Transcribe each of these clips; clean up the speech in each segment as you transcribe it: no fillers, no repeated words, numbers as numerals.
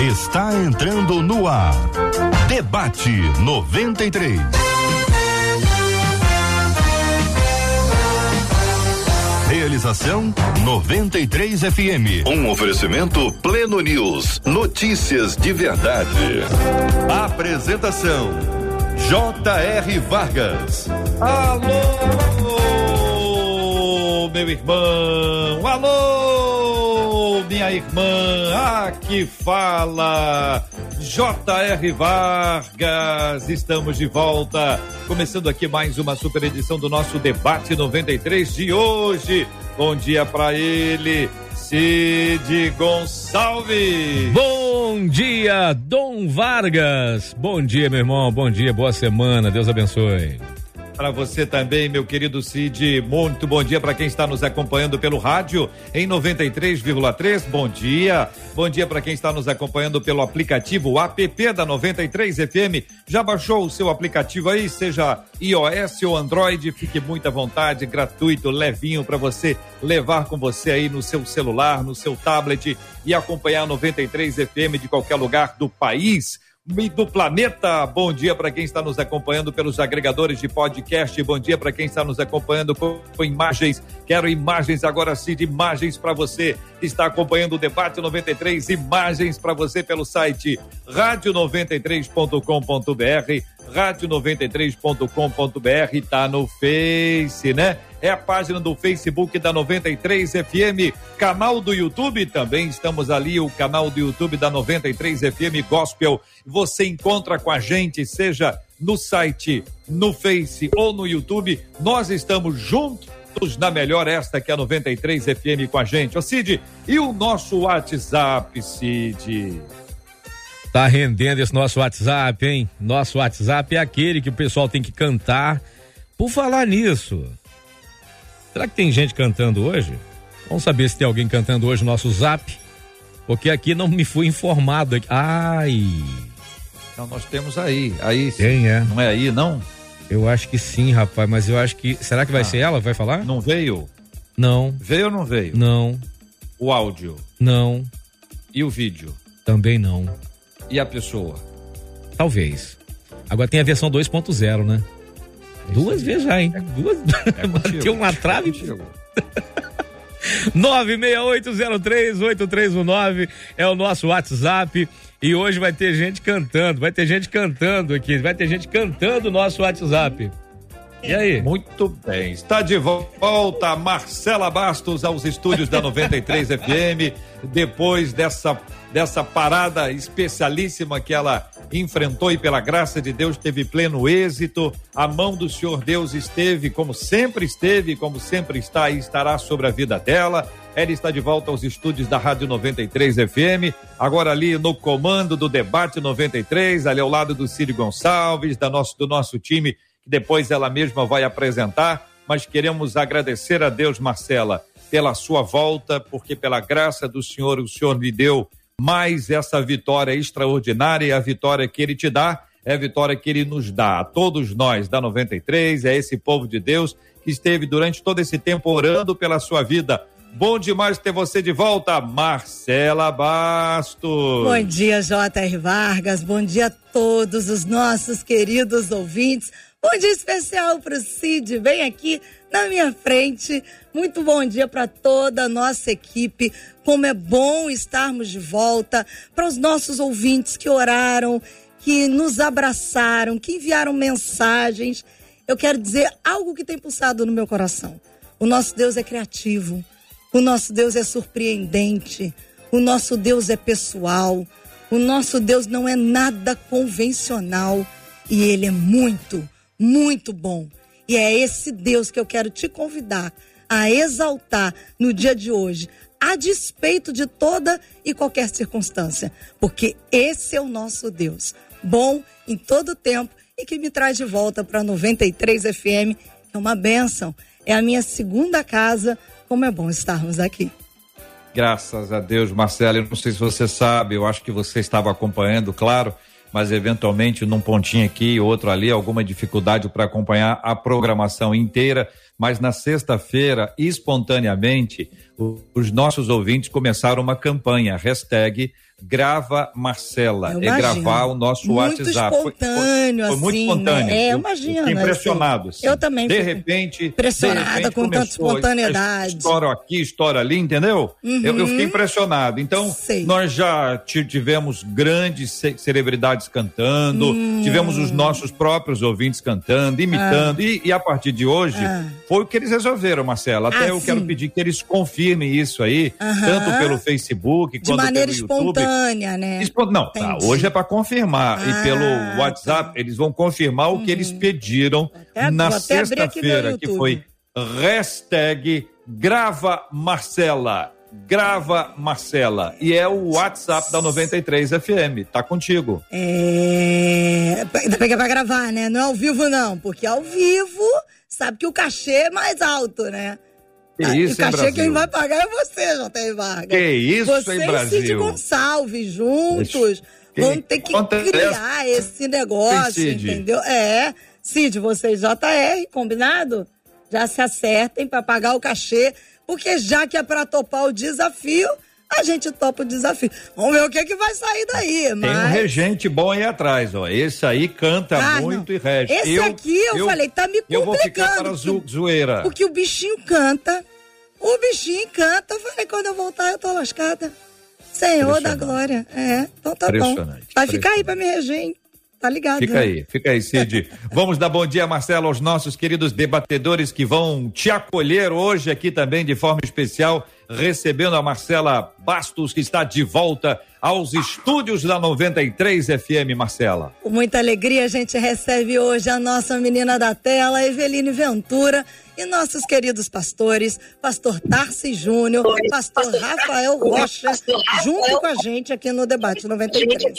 Está entrando no ar. Debate 93. Realização 93 FM. Um oferecimento Pleno News. Notícias de verdade. Apresentação J.R. Vargas. Alô, meu irmão. Alô, minha irmã. Aqui fala J.R. Vargas. Estamos de volta, começando aqui mais uma super edição do nosso Debate 93 de hoje. Bom dia pra ele, Cid Gonçalves. Bom dia, Dom Vargas. Bom dia, meu irmão. Bom dia, boa semana. Deus abençoe. Para você também, meu querido Cid, muito bom dia para quem está nos acompanhando pelo rádio em 93,3. Bom dia. Bom dia para quem está nos acompanhando pelo aplicativo, o app da 93 FM. Já baixou o seu aplicativo aí, seja iOS ou Android? Fique muito à vontade, gratuito, levinho para você levar com você aí no seu celular, no seu tablet e acompanhar a 93 FM de qualquer lugar do país e do planeta. Bom dia para quem está nos acompanhando pelos agregadores de podcast. Bom dia para quem está nos acompanhando com imagens. Quero imagens agora, sim, de imagens para você que está acompanhando o Debate 93. Imagens para você pelo site radio93.com.br, radio93.com.br. Tá no Face, né? É a página do Facebook da 93 FM, canal do YouTube, também estamos ali, o canal do YouTube da 93 FM Gospel. Você encontra com a gente, seja no site, no Face ou no YouTube. Nós estamos juntos na melhor, esta que é a 93 FM com a gente. Ô Cid, e o nosso WhatsApp, Cid? Tá rendendo esse nosso WhatsApp, hein? Nosso WhatsApp é aquele que o pessoal tem que cantar. Por falar nisso, será que tem gente cantando hoje? Vamos saber se tem alguém cantando hoje no nosso Zap, porque aqui não me fui informado. Ai. Então nós temos aí. Quem é? Não é aí, não? Eu acho que sim, rapaz, mas eu acho que... Será que vai ser ela? Vai falar? Não veio? Não. Veio ou não veio? Não. O áudio? Não. E o vídeo? Também não. E a pessoa? Talvez. Agora tem a versão 2.0, né? Duas vezes já, hein? Bateu uma trave. 968038319 é o nosso WhatsApp. E hoje vai ter gente cantando. Vai ter gente cantando aqui. Vai ter gente cantando o nosso WhatsApp. E aí? Muito bem. Está de volta Marcela Bastos aos estúdios da 93 FM. Depois dessa parada especialíssima que ela enfrentou e pela graça de Deus teve pleno êxito. A mão do Senhor Deus esteve, como sempre está e estará sobre a vida dela. Ela está de volta aos estúdios da Rádio 93 FM, agora ali no comando do Debate 93, ali ao lado do Cid Gonçalves, do nosso time, que depois ela mesma vai apresentar. Mas queremos agradecer a Deus, Marcela, pela sua volta, porque pela graça do Senhor, o Senhor me deu mais essa vitória extraordinária, e a vitória que Ele te dá é a vitória que Ele nos dá a todos nós da 93, é esse povo de Deus que esteve durante todo esse tempo orando pela sua vida. Bom demais ter você de volta, Marcela Bastos. Bom dia, J.R. Vargas, bom dia a todos os nossos queridos ouvintes. Bom dia especial para o Cid, bem aqui na minha frente. Muito bom dia para toda a nossa equipe. Como é bom estarmos de volta. Para os nossos ouvintes que oraram, que nos abraçaram, que enviaram mensagens. Eu quero dizer algo que tem pulsado no meu coração. O nosso Deus é criativo. O nosso Deus é surpreendente. O nosso Deus é pessoal. O nosso Deus não é nada convencional. E Ele é muito, muito bom. E é esse Deus que eu quero te convidar a exaltar no dia de hoje, a despeito de toda e qualquer circunstância. Porque esse é o nosso Deus, bom em todo tempo e que me traz de volta para 93 FM. É uma bênção. É a minha segunda casa. Como é bom estarmos aqui. Graças a Deus, Marcela. Eu não sei se você sabe, eu acho que você estava acompanhando, claro, mas eventualmente num pontinho aqui, outro ali, alguma dificuldade para acompanhar a programação inteira. mas na sexta-feira, espontaneamente, os nossos ouvintes começaram uma campanha, #Grava Marcela, gravar o nosso WhatsApp. Espontâneo, foi muito espontâneo. Né? Eu imagino. Fiquei impressionado. Assim. Eu também de repente, impressionada com tanta espontaneidade. História aqui, história ali, entendeu? Eu fiquei impressionado. Então, nós já tivemos grandes celebridades cantando, tivemos os nossos próprios ouvintes cantando, imitando, e a partir de hoje, foi o que eles resolveram, Marcela. Até eu quero pedir que eles confirmem isso aí, tanto pelo Facebook quanto pelo YouTube. Espontânea, né? Não, hoje é para confirmar. E pelo WhatsApp, eles vão confirmar o que eles pediram na sexta-feira, que foi #Grava Marcela. Grava Marcela. E é o WhatsApp da 93 FM. Tá contigo. Ainda bem que é pra gravar, né? Não é ao vivo, não. Porque ao vivo, sabe que o cachê é mais alto, né? Que isso, o cachê Brasil. Quem vai pagar é você, J.R. Vargas. Que isso, você em Brasil. Você e Cid Gonçalves juntos vão ter que criar esse negócio, entendeu? Cid, você e J.R., combinado? Já se acertem pra pagar o cachê, porque já que é pra topar o desafio, a gente topa o desafio. Vamos ver o que vai sair daí. Tem um regente bom aí atrás, ó. Esse aí canta muito e rege. Esse aqui, eu falei, tá me complicando. Eu vou ficar para zoeira. Porque o bichinho canta. Eu falei, quando eu voltar eu tô lascada. Senhor da glória. Então tá bom. Vai ficar aí pra me reger, hein? Tá ligado? Fica aí, Cid. Vamos dar bom dia, Marcelo, aos nossos queridos debatedores que vão te acolher hoje aqui também de forma especial, recebendo a Marcela Bastos, que está de volta aos estúdios da 93 FM, Marcela. Com muita alegria a gente recebe hoje a nossa menina da tela, Eveline Ventura, e nossos queridos pastores, pastor Tarci Júnior, pastor Rafael Rocha, junto com a gente aqui no Debate 93.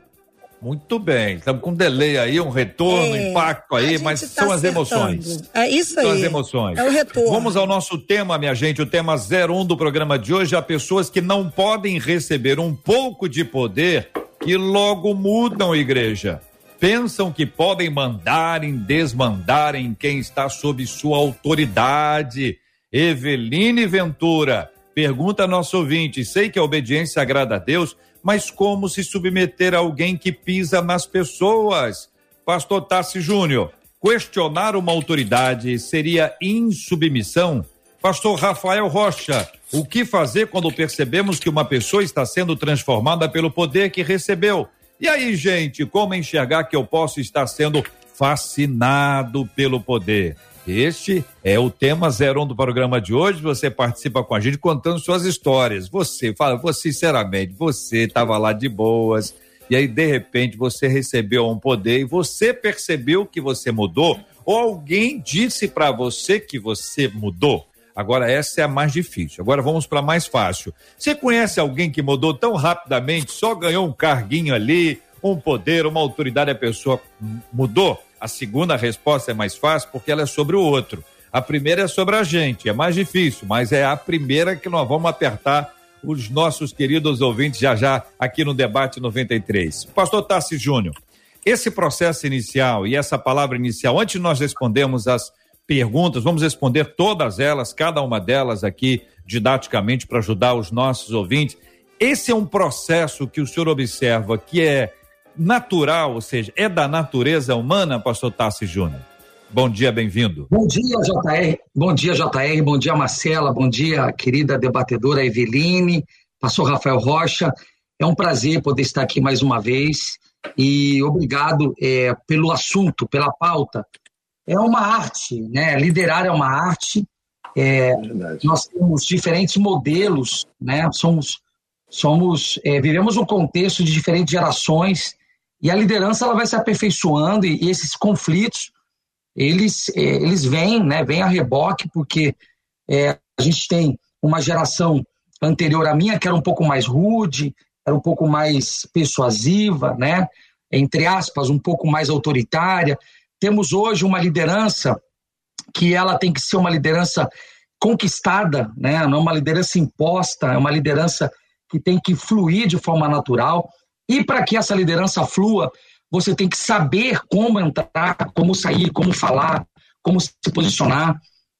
Muito bem, estamos com um delay aí, um retorno, impacto aí, mas são as emoções. É isso aí. São as emoções. É o retorno. Vamos ao nosso tema, minha gente, o tema 01 do programa de hoje. Há pessoas que não podem receber um pouco de poder que logo mudam a igreja. Pensam que podem mandar e desmandar em quem está sob sua autoridade. Eveline Ventura pergunta a nosso ouvinte: sei que a obediência agrada a Deus, mas como se submeter a alguém que pisa nas pessoas? Pastor Tarci Júnior, questionar uma autoridade seria insubmissão? Pastor Rafael Rocha, o que fazer quando percebemos que uma pessoa está sendo transformada pelo poder que recebeu? E aí, gente, como enxergar que eu posso estar sendo fascinado pelo poder? Este é o tema 01 do programa de hoje. Você participa com a gente contando suas histórias. Você sinceramente, você estava lá de boas e aí de repente você recebeu um poder e você percebeu que você mudou, ou alguém disse para você que você mudou? Agora essa é a mais difícil. Agora vamos para a mais fácil. Você conhece alguém que mudou tão rapidamente, só ganhou um carguinho ali, um poder, uma autoridade, a pessoa mudou? A segunda resposta é mais fácil porque ela é sobre o outro. A primeira é sobre a gente, é mais difícil, mas é a primeira que nós vamos apertar os nossos queridos ouvintes já aqui no Debate 93. Pastor Tarci Júnior, esse processo inicial e essa palavra inicial, antes de nós respondermos as perguntas, vamos responder todas elas, cada uma delas aqui didaticamente para ajudar os nossos ouvintes. Esse é um processo que o senhor observa que é natural, ou seja, é da natureza humana, pastor Tarci Júnior? Bom dia, bem-vindo. Bom dia, JR. Bom dia, Marcela. Bom dia, querida debatedora Eveline, pastor Rafael Rocha. É um prazer poder estar aqui mais uma vez e obrigado pelo assunto, pela pauta. É uma arte, né? Liderar é uma arte. Nós temos diferentes modelos, né? Vivemos um contexto de diferentes gerações e a liderança ela vai se aperfeiçoando e esses conflitos eles vêm, né? Vêm a reboque porque a gente tem uma geração anterior à minha que era um pouco mais rude, era um pouco mais persuasiva, né? Entre aspas, um pouco mais autoritária. Temos hoje uma liderança que ela tem que ser uma liderança conquistada, né? Não é uma liderança imposta, é uma liderança que tem que fluir de forma natural. E para que essa liderança flua, você tem que saber como entrar, como sair, como falar, como se posicionar.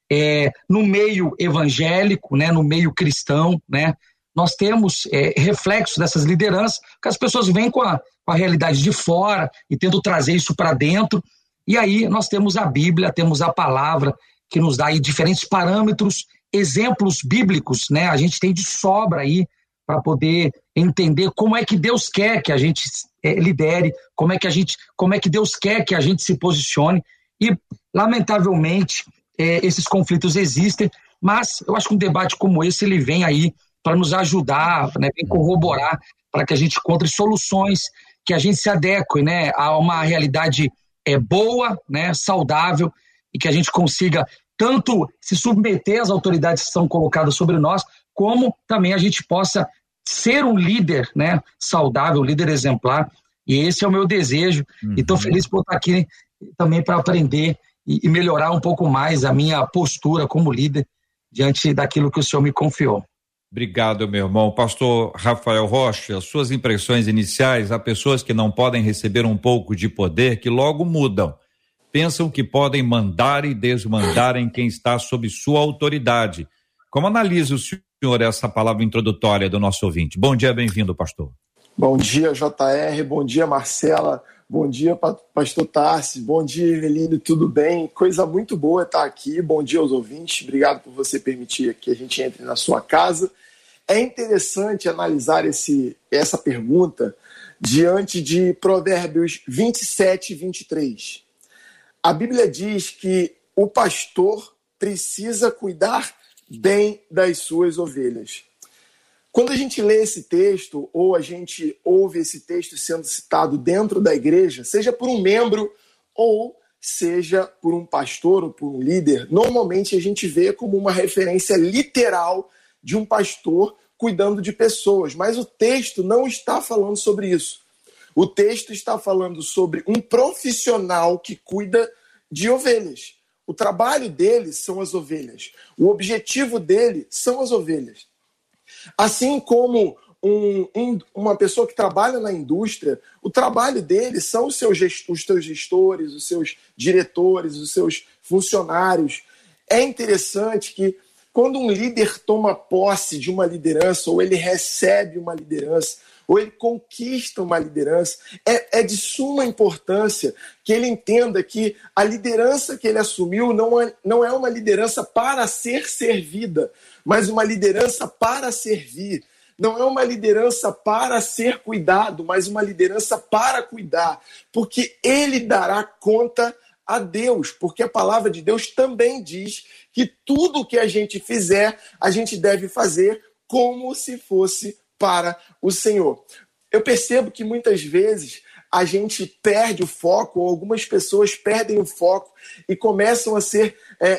no meio evangélico, né, no meio cristão, né, nós temos reflexos dessas lideranças, que as pessoas vêm com a realidade de fora e tentam trazer isso para dentro, e aí nós temos a Bíblia, temos a palavra, que nos dá aí diferentes parâmetros, exemplos bíblicos, né, a gente tem de sobra aí, para poder entender como é que Deus quer que a gente lidere, como é que Deus quer que a gente se posicione, e lamentavelmente esses conflitos existem, mas eu acho que um debate como esse, ele vem aí para nos ajudar, né, vem corroborar para que a gente encontre soluções, que a gente se adeque, né, a uma realidade boa, né, saudável, e que a gente consiga tanto se submeter às autoridades que são colocadas sobre nós, como também a gente possa ser um líder, né, saudável, líder exemplar, e esse é o meu desejo, e estou feliz por estar aqui também para aprender e melhorar um pouco mais a minha postura como líder diante daquilo que o Senhor me confiou. Obrigado, meu irmão. Pastor Rafael Rocha, suas impressões iniciais, há pessoas que não podem receber um pouco de poder, que logo mudam, pensam que podem mandar e desmandar em quem está sob sua autoridade. Como analisa o senhor essa palavra introdutória do nosso ouvinte? Bom dia, bem-vindo, pastor. Bom dia, JR, bom dia, Marcela, bom dia, pastor Tarsi, bom dia, Eveline, tudo bem? Coisa muito boa estar aqui, bom dia aos ouvintes, obrigado por você permitir que a gente entre na sua casa. É interessante analisar essa pergunta diante de Provérbios 27 e 23. A Bíblia diz que o pastor precisa cuidar bem das suas ovelhas. Quando a gente lê esse texto, ou a gente ouve esse texto sendo citado dentro da igreja, seja por um membro ou seja por um pastor ou por um líder, normalmente a gente vê como uma referência literal de um pastor cuidando de pessoas, mas o texto não está falando sobre isso. O texto está falando sobre um profissional que cuida de ovelhas. O trabalho dele são as ovelhas. O objetivo dele são as ovelhas. Assim como uma pessoa que trabalha na indústria, o trabalho dele são os seus gestores, os seus diretores, os seus funcionários. É interessante que quando um líder toma posse de uma liderança, ou ele recebe uma liderança, ou ele conquista uma liderança, é de suma importância que ele entenda que a liderança que ele assumiu não é uma liderança para ser servida, mas uma liderança para servir. Não é uma liderança para ser cuidado, mas uma liderança para cuidar, porque ele dará conta a Deus, porque a palavra de Deus também diz que tudo que a gente fizer, a gente deve fazer como se fosse para o Senhor. Eu percebo que muitas vezes a gente perde o foco, ou algumas pessoas perdem o foco e começam a ser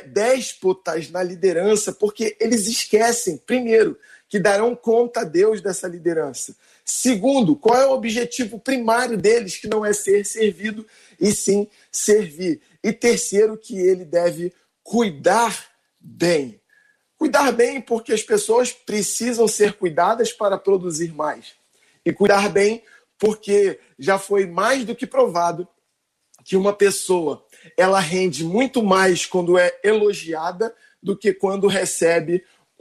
déspotas na liderança, porque eles esquecem, primeiro, que darão conta a Deus dessa liderança. Segundo, qual é o objetivo primário deles, que não é ser servido, e sim servir. E terceiro, que ele deve cuidar bem. Cuidar bem porque as pessoas precisam ser cuidadas para produzir mais. E cuidar bem porque já foi mais do que provado que uma pessoa ela rende muito mais quando é elogiada do que quando recebe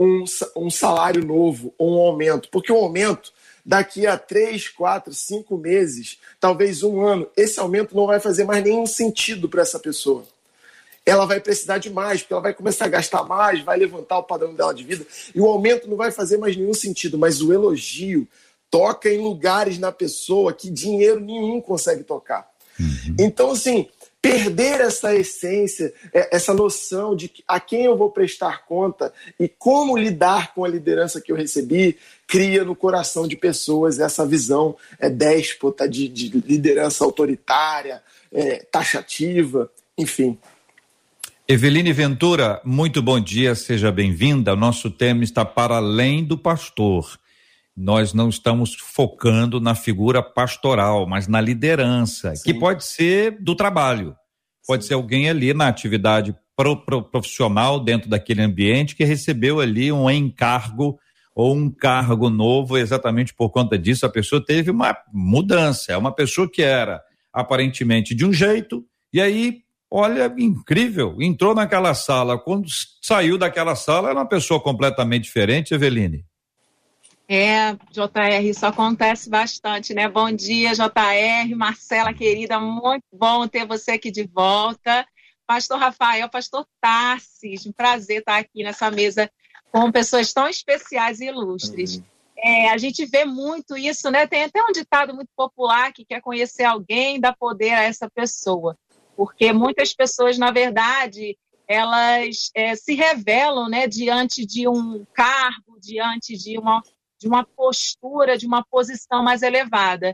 um salário novo ou um aumento. Porque o aumento, daqui a 3, 4, 5 meses, talvez um ano, esse aumento não vai fazer mais nenhum sentido para essa pessoa. Ela vai precisar de mais, porque ela vai começar a gastar mais, vai levantar o padrão dela de vida, e o aumento não vai fazer mais nenhum sentido, mas o elogio toca em lugares na pessoa que dinheiro nenhum consegue tocar. Então, assim, perder essa essência, essa noção de a quem eu vou prestar conta e como lidar com a liderança que eu recebi, cria no coração de pessoas essa visão déspota de liderança autoritária, taxativa, enfim. Eveline Ventura, muito bom dia, seja bem-vinda. O nosso tema está para além do pastor. Nós não estamos focando na figura pastoral, mas na liderança, Sim. que pode ser do trabalho. Pode Sim. ser alguém ali na atividade profissional dentro daquele ambiente que recebeu ali um encargo ou um cargo novo, exatamente por conta disso a pessoa teve uma mudança. É uma pessoa que era aparentemente de um jeito e aí Olha, incrível, entrou naquela sala, quando saiu daquela sala era uma pessoa completamente diferente, Eveline. JR, isso acontece bastante, né? Bom dia, JR, Marcela querida, muito bom ter você aqui de volta. Pastor Rafael, Pastor Tarsis, um prazer estar aqui nessa mesa com pessoas tão especiais e ilustres. A gente vê muito isso, né? Tem até um ditado muito popular que quer conhecer alguém, dá poder a essa pessoa. Porque muitas pessoas, na verdade, elas se revelam, né, diante de um cargo, diante de uma postura, de uma posição mais elevada.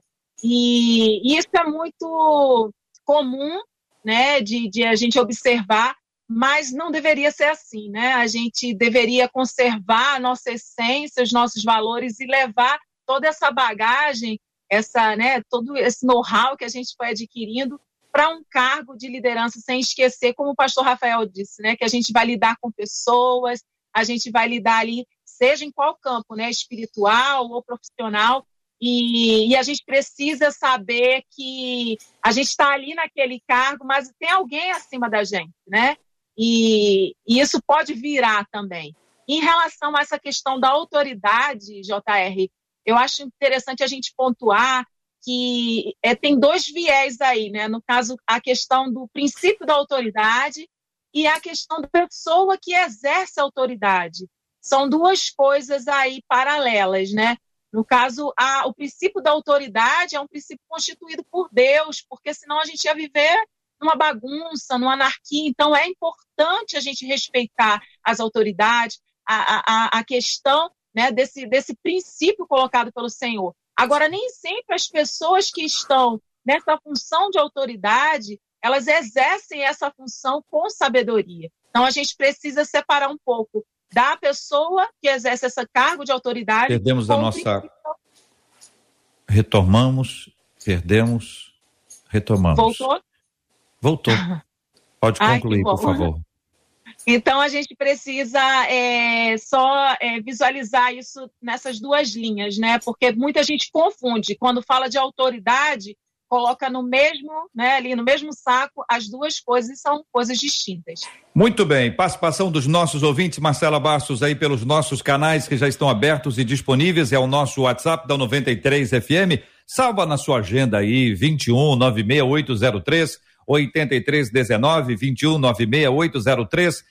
E isso é muito comum, né, de a gente observar, mas não deveria ser assim, né? A gente deveria conservar a nossa essência, os nossos valores e levar toda essa bagagem, todo esse know-how que a gente foi adquirindo para um cargo de liderança, sem esquecer, como o pastor Rafael disse, né, que a gente vai lidar com pessoas, a gente vai lidar ali, seja em qual campo, né, espiritual ou profissional, e a gente precisa saber que a gente está ali naquele cargo, mas tem alguém acima da gente, né? E isso pode virar também. Em relação a essa questão da autoridade, JR, eu acho interessante a gente pontuar que tem dois viés aí, né? No caso, a questão do princípio da autoridade e a questão da pessoa que exerce a autoridade. São duas coisas aí paralelas, né? No caso, o princípio da autoridade é um princípio constituído por Deus, porque senão a gente ia viver numa bagunça, numa anarquia. Então, é importante a gente respeitar as autoridades, a questão, né, desse princípio colocado pelo Senhor. Agora, nem sempre as pessoas que estão nessa função de autoridade, elas exercem essa função com sabedoria. Então, a gente precisa separar um pouco da pessoa que exerce esse cargo de autoridade. Perdemos a nossa... Retomamos, perdemos, retomamos. Voltou. Pode concluir, por favor. Então, a gente precisa visualizar isso nessas duas linhas, né? Porque muita gente confunde. Quando fala de autoridade, coloca no mesmo, né, ali no mesmo saco as duas coisas, e são coisas distintas. Muito bem. Participação dos nossos ouvintes, Marcela Bastos, aí pelos nossos canais que já estão abertos e disponíveis. É o nosso WhatsApp da 93 FM. Salva na sua agenda aí, 21 96803 8319, 21 96803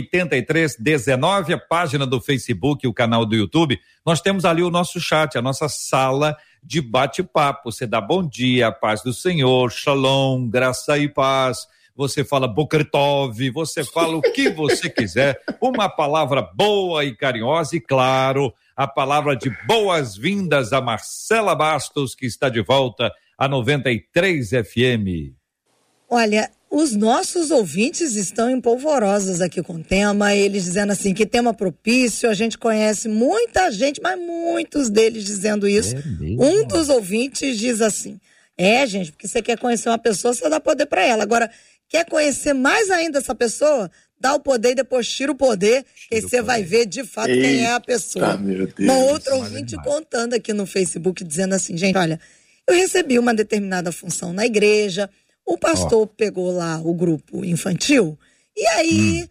8319, a página do Facebook, o canal do YouTube. Nós temos ali o nosso chat, a nossa sala de bate-papo. Você dá bom dia, paz do Senhor, shalom, graça e paz. Você fala Boker Tov, você fala o que você quiser. Uma palavra boa e carinhosa e, claro, a palavra de boas-vindas a Marcela Bastos, que está de volta a 93 FM. Olha, os nossos ouvintes estão empolvorosos aqui com o tema, eles dizendo assim, que tema propício, a gente conhece muita gente, mas muitos deles dizendo isso. Um dos ouvintes diz assim, gente, porque você quer conhecer uma pessoa, você dá poder para ela. Agora, quer conhecer mais ainda essa pessoa, dá o poder e depois tira o poder, que aí você vai ver de fato quem é a pessoa. Meu Deus, uma outra ouvinte contando aqui no Facebook, dizendo assim, gente, olha, eu recebi uma determinada função na igreja, o pastor pegou lá o grupo infantil e aí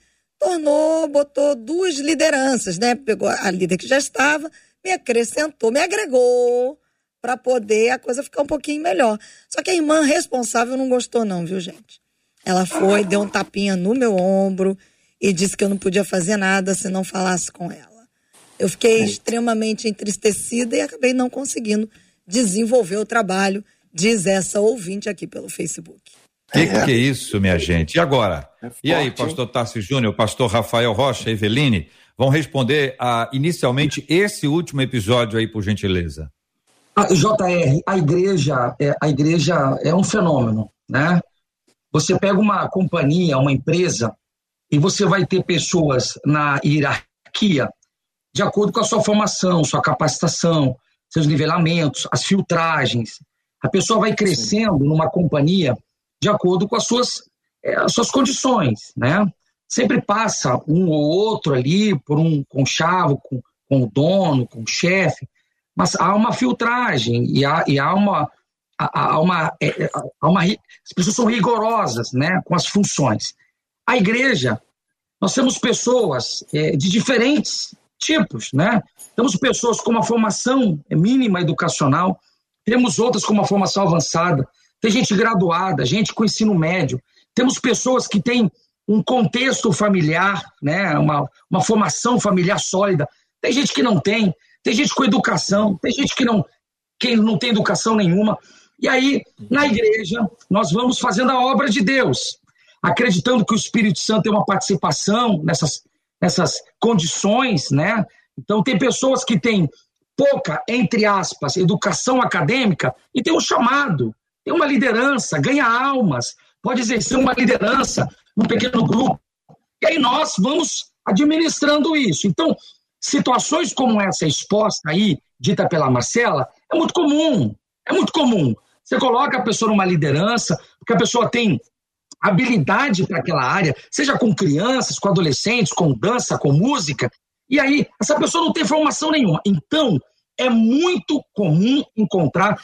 botou duas lideranças, né? Pegou a líder que já estava, me acrescentou, me agregou para poder a coisa ficar um pouquinho melhor. Só que a irmã responsável não gostou não, viu, gente? Ela foi, deu um tapinha no meu ombro e disse que eu não podia fazer nada se não falasse com ela. Eu fiquei extremamente entristecida e acabei não conseguindo desenvolver o trabalho, diz essa ouvinte aqui pelo Facebook. Que é isso, minha gente? E agora? E aí, pastor Tarsis Júnior, pastor Rafael Rocha, Eveline, vão responder inicialmente esse último episódio aí, por gentileza. JR, a igreja é um fenômeno, né? Você pega uma companhia, uma empresa, e você vai ter pessoas na hierarquia de acordo com a sua formação, sua capacitação, seus nivelamentos, as filtragens. A pessoa vai crescendo numa companhia de acordo com as suas condições, né? Sempre passa um ou outro ali por um conchavo, com o dono, com o chefe, mas há uma filtragem e há as pessoas são rigorosas, né, com as funções. A igreja, nós temos pessoas de diferentes tipos, né? Temos pessoas com uma formação mínima educacional, temos outras com uma formação avançada, tem gente graduada, gente com ensino médio, temos pessoas que têm um contexto familiar, né, uma formação familiar sólida, tem gente que não tem gente com educação, tem gente que não tem educação nenhuma. E aí, na igreja, nós vamos fazendo a obra de Deus, acreditando que o Espírito Santo tem uma participação nessas condições, né? Então, tem pessoas que têm pouca, entre aspas, educação acadêmica e tem um chamado, tem uma liderança, ganha almas, pode exercer uma liderança num pequeno grupo. E aí nós vamos administrando isso. Então, situações como essa exposta aí, dita pela Marcela, é muito comum. Você coloca a pessoa numa liderança, porque a pessoa tem habilidade para aquela área, seja com crianças, com adolescentes, com dança, com música, e aí essa pessoa não tem formação nenhuma. Então, é muito comum encontrar,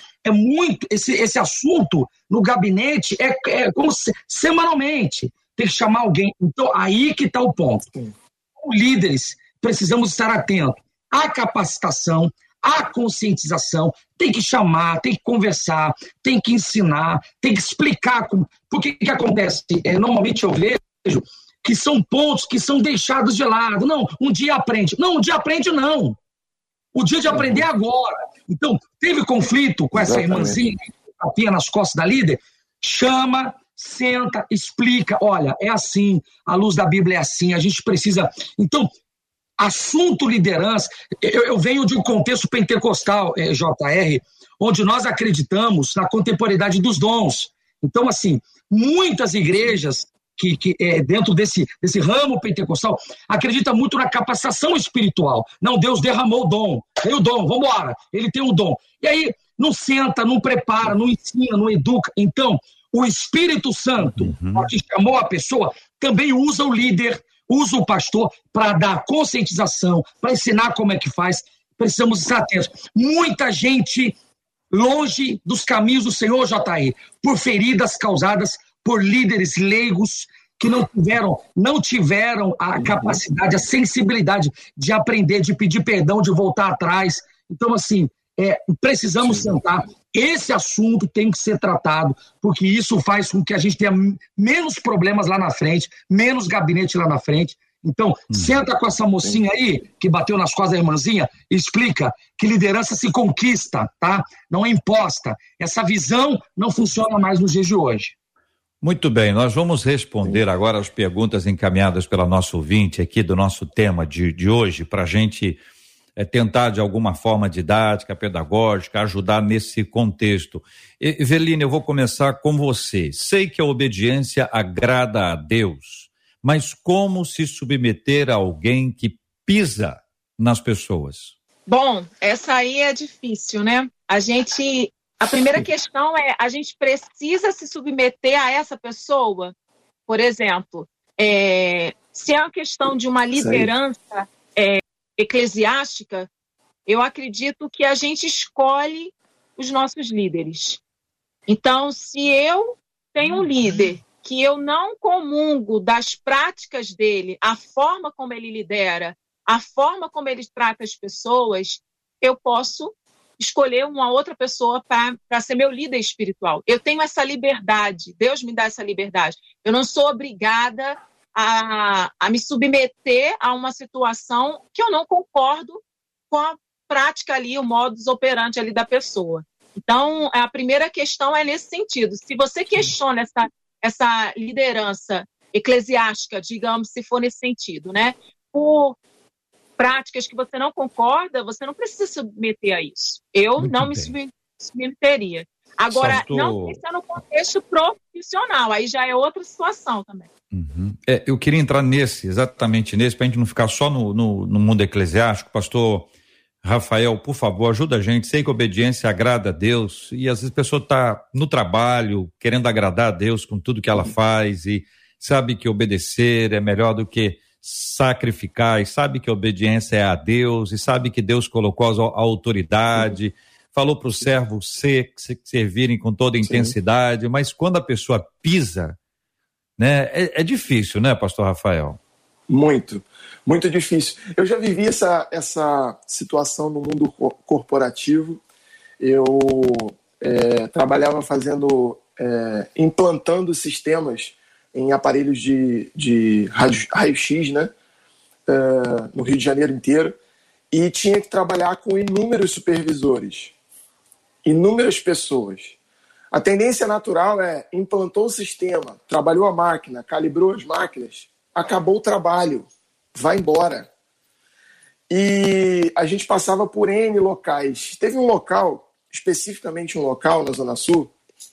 esse assunto no gabinete é como semanalmente, tem que chamar alguém. Então, aí que está o ponto. Como líderes, precisamos estar atentos à capacitação, à conscientização, tem que chamar, tem que conversar, tem que ensinar, tem que explicar. Porque que acontece? Normalmente eu vejo que são pontos que são deixados de lado. Não, um dia aprende. Não, um dia aprende não. O dia de aprender é agora. Então, teve conflito com essa irmãzinha, tapinha nas costas da líder? Chama, senta, explica. Olha, é assim, a luz da Bíblia é assim, a gente precisa... Então, assunto liderança, eu venho de um contexto pentecostal, JR, onde nós acreditamos na contemporaneidade dos dons. Então, assim, muitas igrejas que dentro desse ramo pentecostal acreditam muito na capacitação espiritual. Não, Deus derramou o dom, tem o dom, vamos embora, ele tem o dom. E aí, não senta, não prepara, não ensina, não educa. Então, o Espírito Santo, que chamou a pessoa, também usa o líder, usa o pastor para dar conscientização, para ensinar como é que faz. Precisamos estar atentos. Muita gente longe dos caminhos do Senhor, JR, por feridas causadas por líderes leigos que não tiveram a capacidade, a sensibilidade de aprender, de pedir perdão, de voltar atrás. Então, assim, precisamos sentar. Esse assunto tem que ser tratado, porque isso faz com que a gente tenha menos problemas lá na frente, menos gabinete lá na frente. Então, senta com essa mocinha aí, que bateu nas costas da irmãzinha, e explica que liderança se conquista, tá? Não é imposta. Essa visão não funciona mais nos dias de hoje. Muito bem, nós vamos responder agora as perguntas encaminhadas pela nossa ouvinte aqui do nosso tema de hoje, para a gente tentar de alguma forma didática, pedagógica, ajudar nesse contexto. Eveline, eu vou começar com você. Sei que a obediência agrada a Deus, mas como se submeter a alguém que pisa nas pessoas? Bom, essa aí é difícil, né? A primeira questão é, a gente precisa se submeter a essa pessoa? Por exemplo, se é uma questão de uma liderança eclesiástica, eu acredito que a gente escolhe os nossos líderes. Então, se eu tenho um líder que eu não comungo das práticas dele, a forma como ele lidera, a forma como ele trata as pessoas, eu posso escolher uma outra pessoa para ser meu líder espiritual. Eu tenho essa liberdade, Deus me dá essa liberdade. Eu não sou obrigada a me submeter a uma situação que eu não concordo com a prática ali, o modus operandi ali da pessoa. Então, a primeira questão é nesse sentido. Se você questiona essa liderança eclesiástica, digamos, se for nesse sentido, né? Por práticas que você não concorda, você não precisa se submeter a isso. Eu muito não bem. Me submeteria. Agora, não precisa no contexto profissional, aí já é outra situação também. Eu queria entrar exatamente nesse, para a gente não ficar só no mundo eclesiástico. Pastor Rafael, por favor, ajuda a gente. Sei que a obediência agrada a Deus e às vezes a pessoa está no trabalho querendo agradar a Deus com tudo que ela faz e sabe que obedecer é melhor do que sacrificar, e sabe que a obediência é a Deus, e sabe que Deus colocou a autoridade, falou para o servo servirem com toda a intensidade, mas quando a pessoa pisa, né, é difícil, né, pastor Rafael? Muito difícil. Eu já vivi essa situação no mundo corporativo. Eu trabalhava implantando sistemas em aparelhos de raio-x, né, no Rio de Janeiro inteiro, e tinha que trabalhar com inúmeros supervisores, inúmeras pessoas. A tendência natural implantou o sistema, trabalhou a máquina, calibrou as máquinas, acabou o trabalho, vai embora. E a gente passava por N locais. Teve um local, especificamente um local na Zona Sul,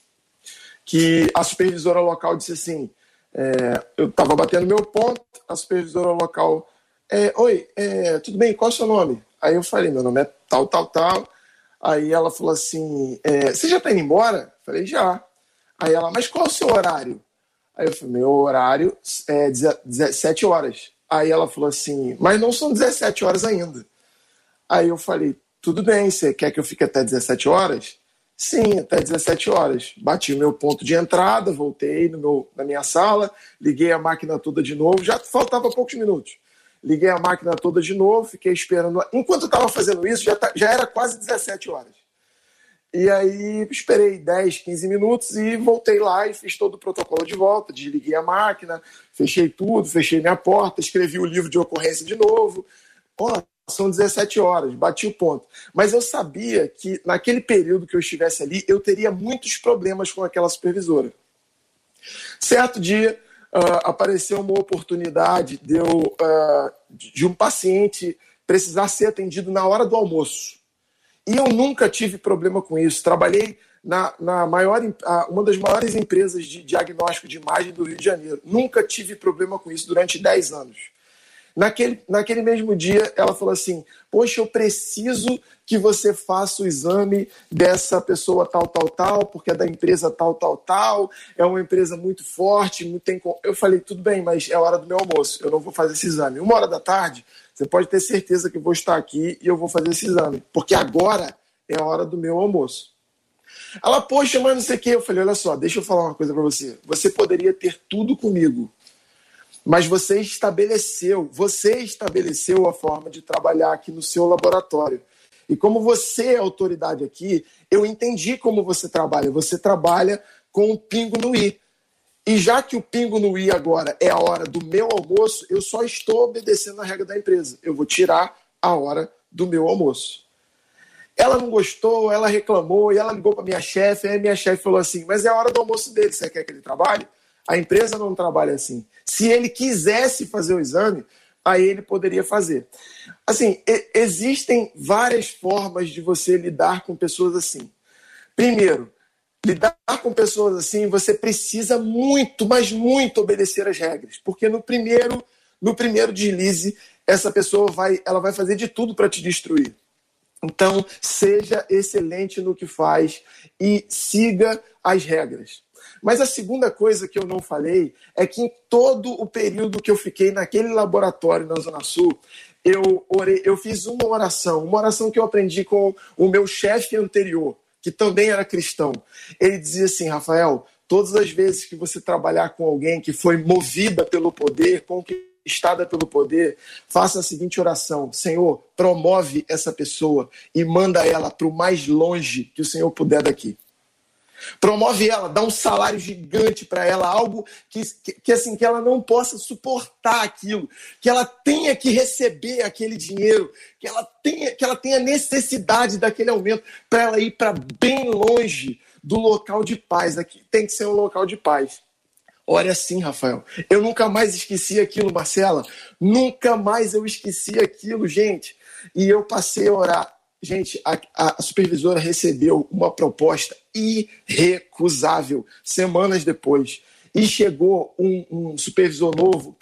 que a supervisora local disse assim, eu estava batendo meu ponto, a supervisora local, oi, tudo bem, qual é o seu nome? Aí eu falei, meu nome é tal, tal, tal. Aí ela falou assim, você já está indo embora? Eu falei, já. Aí ela, mas qual é o seu horário? Aí eu falei, meu horário é 17 horas. Aí ela falou assim, mas não são 17 horas ainda. Aí eu falei, tudo bem, você quer que eu fique até 17 horas? Sim, até 17 horas. Bati o meu ponto de entrada, voltei na minha sala, liguei a máquina toda de novo, já faltava poucos minutos. Liguei a máquina toda de novo, fiquei esperando. Enquanto eu estava fazendo isso, já era quase 17 horas. E aí esperei 10, 15 minutos e voltei lá e fiz todo o protocolo de volta. Desliguei a máquina, fechei tudo, fechei minha porta, escrevi o livro de ocorrência de novo. São 17 horas, bati o ponto. Mas eu sabia que naquele período que eu estivesse ali, eu teria muitos problemas com aquela supervisora. Certo dia, apareceu uma oportunidade de um paciente precisar ser atendido na hora do almoço. E eu nunca tive problema com isso. Trabalhei uma das maiores empresas de diagnóstico de imagem do Rio de Janeiro. Nunca tive problema com isso durante 10 anos. Naquele mesmo dia, ela falou assim, poxa, eu preciso que você faça o exame dessa pessoa tal, tal, tal, porque é da empresa tal, tal, tal, é uma empresa muito forte. Eu falei, tudo bem, mas é a hora do meu almoço, eu não vou fazer esse exame. 1h da tarde, você pode ter certeza que eu vou estar aqui e eu vou fazer esse exame, porque agora é a hora do meu almoço. Ela, poxa, mas não sei o quê. Eu falei, olha só, deixa eu falar uma coisa para você. Você poderia ter tudo comigo, mas você estabeleceu a forma de trabalhar aqui no seu laboratório. E como você é autoridade aqui, eu entendi como você trabalha. Você trabalha com o pingo no i. E já que o pingo no i agora é a hora do meu almoço, eu só estou obedecendo a regra da empresa. Eu vou tirar a hora do meu almoço. Ela não gostou, ela reclamou, e ela ligou para minha chefe, aí minha chefe falou assim, mas é a hora do almoço dele, você quer que ele trabalhe? A empresa não trabalha assim. Se ele quisesse fazer o exame, aí ele poderia fazer. Assim, existem várias formas de você lidar com pessoas assim. Primeiro, lidar com pessoas assim, você precisa muito, mas muito obedecer as regras. Porque no primeiro deslize, essa pessoa vai fazer de tudo para te destruir. Então, seja excelente no que faz e siga as regras. Mas a segunda coisa que eu não falei é que em todo o período que eu fiquei naquele laboratório na Zona Sul, eu fiz uma oração que eu aprendi com o meu chefe anterior, que também era cristão. Ele dizia assim, Rafael, todas as vezes que você trabalhar com alguém que foi movida pelo poder, conquistada pelo poder, faça a seguinte oração, Senhor, promove essa pessoa e manda ela para o mais longe que o Senhor puder daqui. Promove ela, dá um salário gigante para ela, algo que ela não possa suportar aquilo, que ela tenha que receber aquele dinheiro, que ela tenha necessidade daquele aumento para ela ir para bem longe do local de paz. Aqui tem que ser um local de paz. Ore assim, Rafael. Eu nunca mais esqueci aquilo, Marcela. Nunca mais eu esqueci aquilo, gente. E eu passei a orar. Gente, a supervisora recebeu uma proposta irrecusável semanas depois. E chegou um supervisor novo.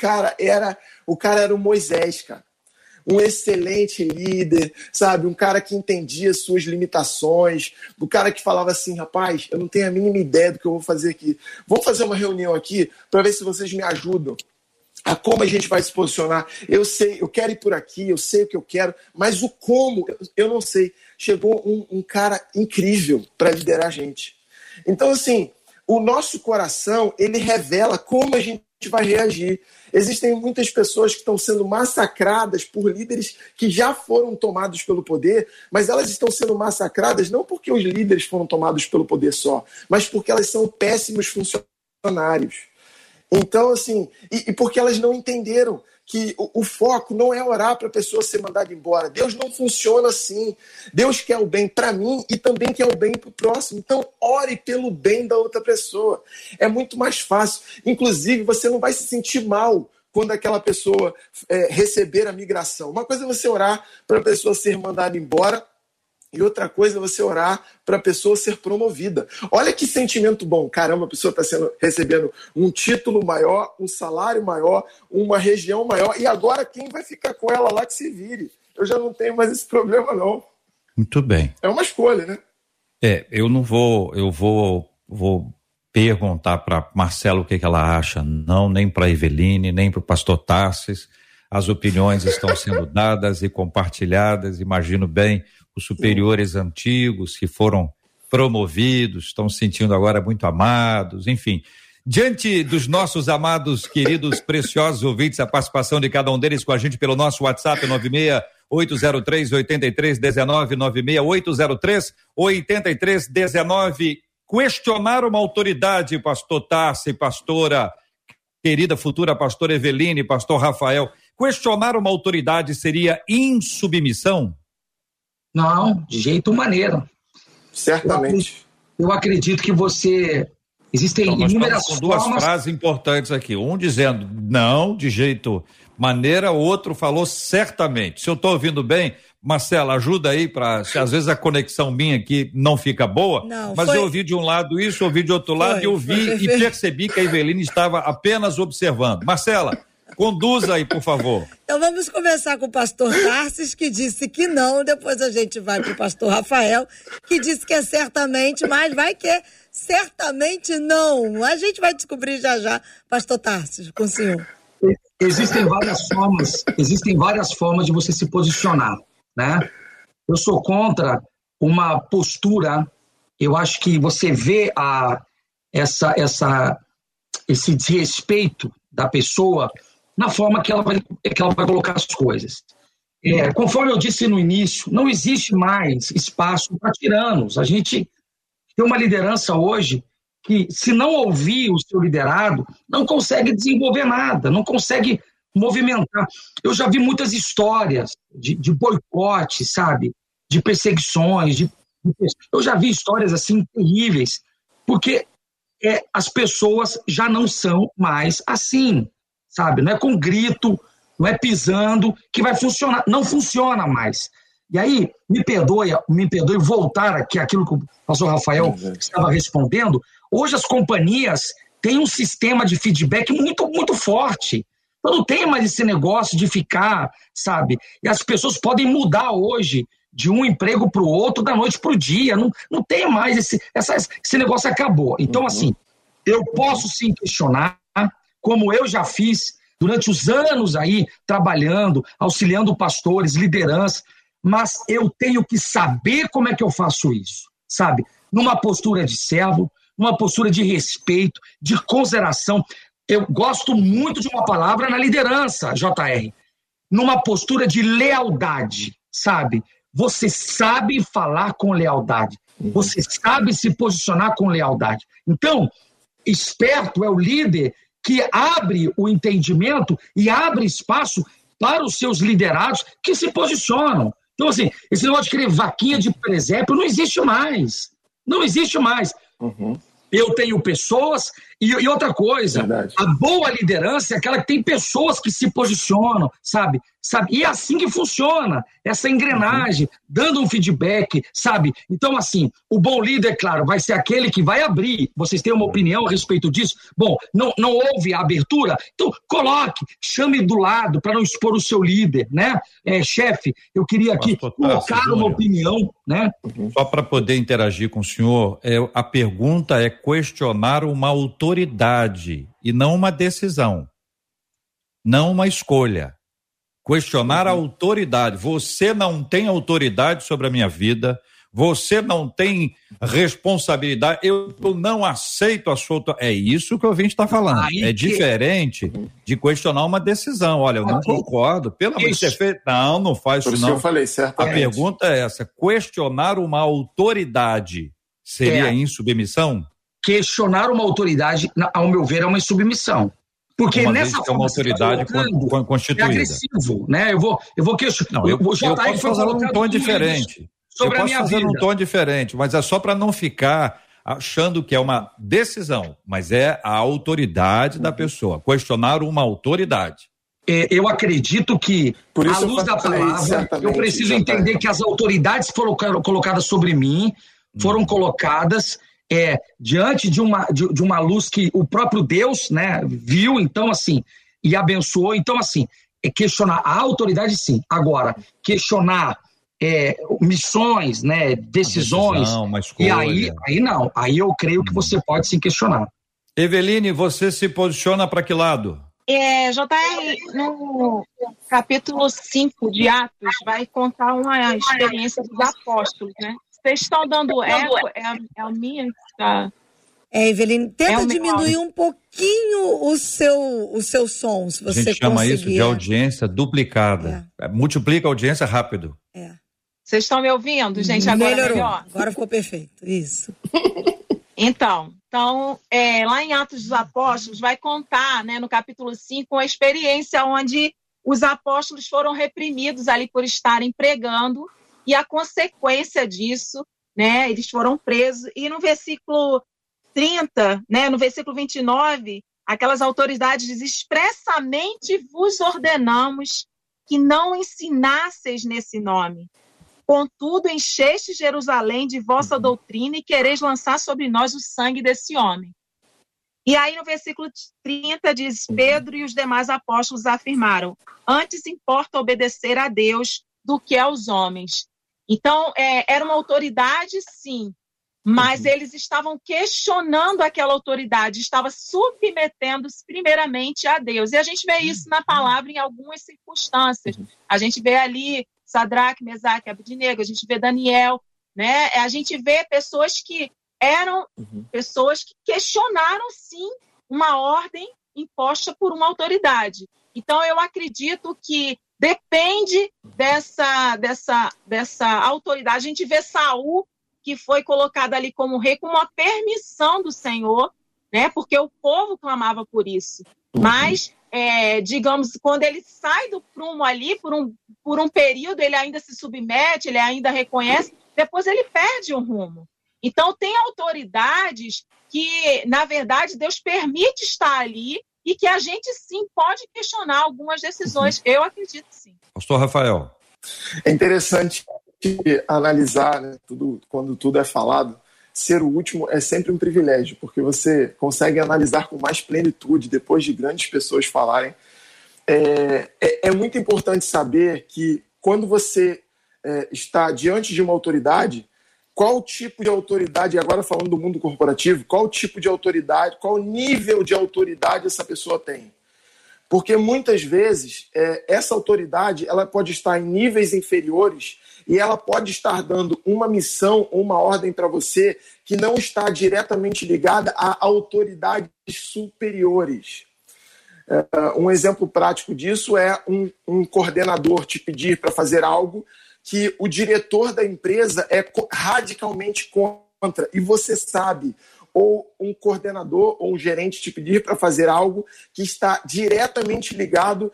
O cara era o Moisés, cara. Um excelente líder, sabe? Um cara que entendia suas limitações. Um cara que falava assim, rapaz, eu não tenho a mínima ideia do que eu vou fazer aqui. Vamos fazer uma reunião aqui para ver se vocês me ajudam a como a gente vai se posicionar. Eu sei, eu quero ir por aqui, eu sei o que eu quero, mas o como, eu não sei. chegou um cara incrível para liderar a gente. Então, assim, o nosso coração, ele revela como a gente vai reagir. Existem muitas pessoas que estão sendo massacradas por líderes que já foram tomados pelo poder, mas elas estão sendo massacradas não porque os líderes foram tomados pelo poder só, mas porque elas são péssimos funcionários. Então, assim, e porque elas não entenderam que o foco não é orar para a pessoa ser mandada embora. Deus não funciona assim. Deus quer o bem para mim e também quer o bem para o próximo. Então, ore pelo bem da outra pessoa. É muito mais fácil. Inclusive, você não vai se sentir mal quando aquela pessoa receber a migração. Uma coisa é você orar para a pessoa ser mandada embora, e outra coisa é você orar para a pessoa ser promovida. Olha que sentimento bom. Caramba, a pessoa está recebendo um título maior, um salário maior, uma região maior. E agora quem vai ficar com ela lá que se vire? Eu já não tenho mais esse problema, não. Muito bem. É uma escolha, né? Eu não vou... Eu vou perguntar para Marcela o que ela acha, não, nem para Eveline, nem para o pastor Tarsis. As opiniões estão sendo dadas e compartilhadas, imagino bem, os superiores antigos que foram promovidos, estão se sentindo agora muito amados, enfim. Diante dos nossos amados, queridos, preciosos ouvintes, a participação de cada um deles com a gente pelo nosso WhatsApp 96-803-8319, 96-803-8319. Questionar uma autoridade, pastor Tarsi, pastora, querida futura pastora Eveline, pastor Rafael, questionar uma autoridade seria insubmissão? Não, de jeito maneiro. Certamente. Eu acredito que existem inúmeras com duas frases importantes aqui. Um dizendo não, de jeito maneira, o outro falou certamente. Se eu estou ouvindo bem, Marcela, ajuda aí às vezes a conexão minha aqui não fica boa, mas eu ouvi de um lado isso, ouvi de outro lado, e ouvi e percebi que a Eveline estava apenas observando. Marcela, conduza aí, por favor. Então vamos começar com o pastor Tarsis, que disse que não, depois a gente vai para o pastor Rafael, que disse que é certamente, mas vai que é certamente não. A gente vai descobrir já, pastor Tarsis, com o senhor. Existem várias formas de você se posicionar, né? Eu sou contra uma postura, eu acho que você vê esse desrespeito da pessoa na forma que ela vai colocar as coisas. Conforme eu disse no início, não existe mais espaço para tiranos. A gente tem uma liderança hoje que, se não ouvir o seu liderado, não consegue desenvolver nada, não consegue movimentar. Eu já vi muitas histórias de boicote, sabe? De perseguições. Eu já vi histórias assim terríveis, porque as pessoas já não são mais assim, sabe? Não é com grito, não é pisando que vai funcionar. Não funciona mais. E aí, me perdoe voltar aqui àquilo que o pastor Rafael estava respondendo. Hoje as companhias têm um sistema de feedback muito, muito forte. Então não tem mais esse negócio de ficar, sabe? E as pessoas podem mudar hoje de um emprego para o outro, da noite para o dia. Não tem mais esse negócio acabou. Então, assim, eu posso sim questionar, como eu já fiz durante os anos aí, trabalhando, auxiliando pastores, liderança, mas eu tenho que saber como é que eu faço isso, sabe? Numa postura de servo, numa postura de respeito, de consideração. Eu gosto muito de uma palavra na liderança, JR, numa postura de lealdade, sabe? Você sabe falar com lealdade, você sabe se posicionar com lealdade. Então, esperto é o líder que abre o entendimento e abre espaço para os seus liderados que se posicionam. Então, assim, esse negócio de querer vaquinha de presépio não existe mais. Não existe mais. Eu tenho pessoas... E outra coisa, verdade, a boa liderança é aquela que tem pessoas que se posicionam, sabe? E é assim que funciona, essa engrenagem, dando um feedback, sabe? Então, assim, o bom líder, claro, vai ser aquele que vai abrir. Vocês têm uma opinião a respeito disso? Bom, não houve a abertura? Então, coloque, chame do lado para não expor o seu líder, né? Chefe, eu queria aqui colocar uma opinião, né? Só para poder interagir com o senhor, a pergunta é questionar uma autoridade e não uma decisão, não uma escolha. Questionar a autoridade. Você não tem autoridade sobre a minha vida, você não tem responsabilidade, eu não aceito a sua... É isso que o ouvinte está falando. Diferente de questionar uma decisão. Olha, eu não concordo. Pelo amor de Deus, não faz isso não. Eu falei, certamente. A pergunta é essa: questionar uma autoridade seria insubmissão? Questionar uma autoridade, ao meu ver, é uma insubmissão. Porque nessa forma, uma autoridade constituída. É agressivo, né? Eu vou questionar. Eu posso fazer num tom diferente. Eu posso fazer num tom diferente, mas é só para não ficar achando que é uma decisão, mas é a autoridade da pessoa. Questionar uma autoridade. Eu acredito que, à luz da palavra, eu preciso entender que as autoridades foram colocadas sobre mim, foram colocadas diante de uma luz que o próprio Deus, né, viu, então assim, e abençoou. Então assim, questionar a autoridade, sim. Agora, questionar missões, né, decisões, e aí não, aí eu creio que você pode se questionar. Eveline, você se posiciona para que lado? JR, no capítulo 5 de Atos, vai contar uma experiência dos apóstolos, né? Vocês estão dando eco? É a minha que está... Eveline, tenta diminuir um pouquinho o seu som, se você conseguir. A gente chama isso de audiência duplicada. Multiplica a audiência rápido. Vocês estão me ouvindo, gente? Agora melhorou. Agora ficou perfeito. Isso. Então, lá em Atos dos Apóstolos vai contar, né, no capítulo 5, uma experiência onde os apóstolos foram reprimidos ali por estarem pregando, e a consequência disso, né, eles foram presos. E no versículo 30, né, no versículo 29, aquelas autoridades dizem: expressamente vos ordenamos que não ensinasseis nesse nome. Contudo, encheste Jerusalém de vossa doutrina e quereis lançar sobre nós o sangue desse homem. E aí no versículo 30 diz: Pedro e os demais apóstolos afirmaram: antes importa obedecer a Deus do que aos homens. Então, era uma autoridade, sim, mas eles estavam questionando aquela autoridade, estavam submetendo-se primeiramente a Deus. E a gente vê isso na palavra em algumas circunstâncias. A gente vê ali Sadraque, Mesaque, Abednego, a gente vê Daniel, né? A gente vê pessoas que eram pessoas que questionaram, sim, uma ordem imposta por uma autoridade. Então, eu acredito que depende dessa autoridade. A gente vê Saul, que foi colocado ali como rei, com uma permissão do Senhor, né? Porque o povo clamava por isso. Mas, digamos, quando ele sai do prumo ali, por um período, ele ainda se submete, ele ainda reconhece, depois ele perde o rumo. Então, tem autoridades que, na verdade, Deus permite estar ali e que a gente, sim, pode questionar algumas decisões. Eu acredito, sim. Pastor Rafael. É interessante analisar, né, quando tudo é falado. Ser o último é sempre um privilégio, porque você consegue analisar com mais plenitude depois de grandes pessoas falarem. É muito importante saber que quando você está diante de uma autoridade, qual tipo de autoridade, agora falando do mundo corporativo, qual tipo de autoridade, qual nível de autoridade essa pessoa tem? Porque muitas vezes essa autoridade ela pode estar em níveis inferiores e ela pode estar dando uma missão ou uma ordem para você que não está diretamente ligada a autoridades superiores. Um exemplo prático disso é um coordenador te pedir para fazer algo que o diretor da empresa é radicalmente contra, e você sabe, ou um coordenador ou um gerente te pedir para fazer algo que está diretamente ligado,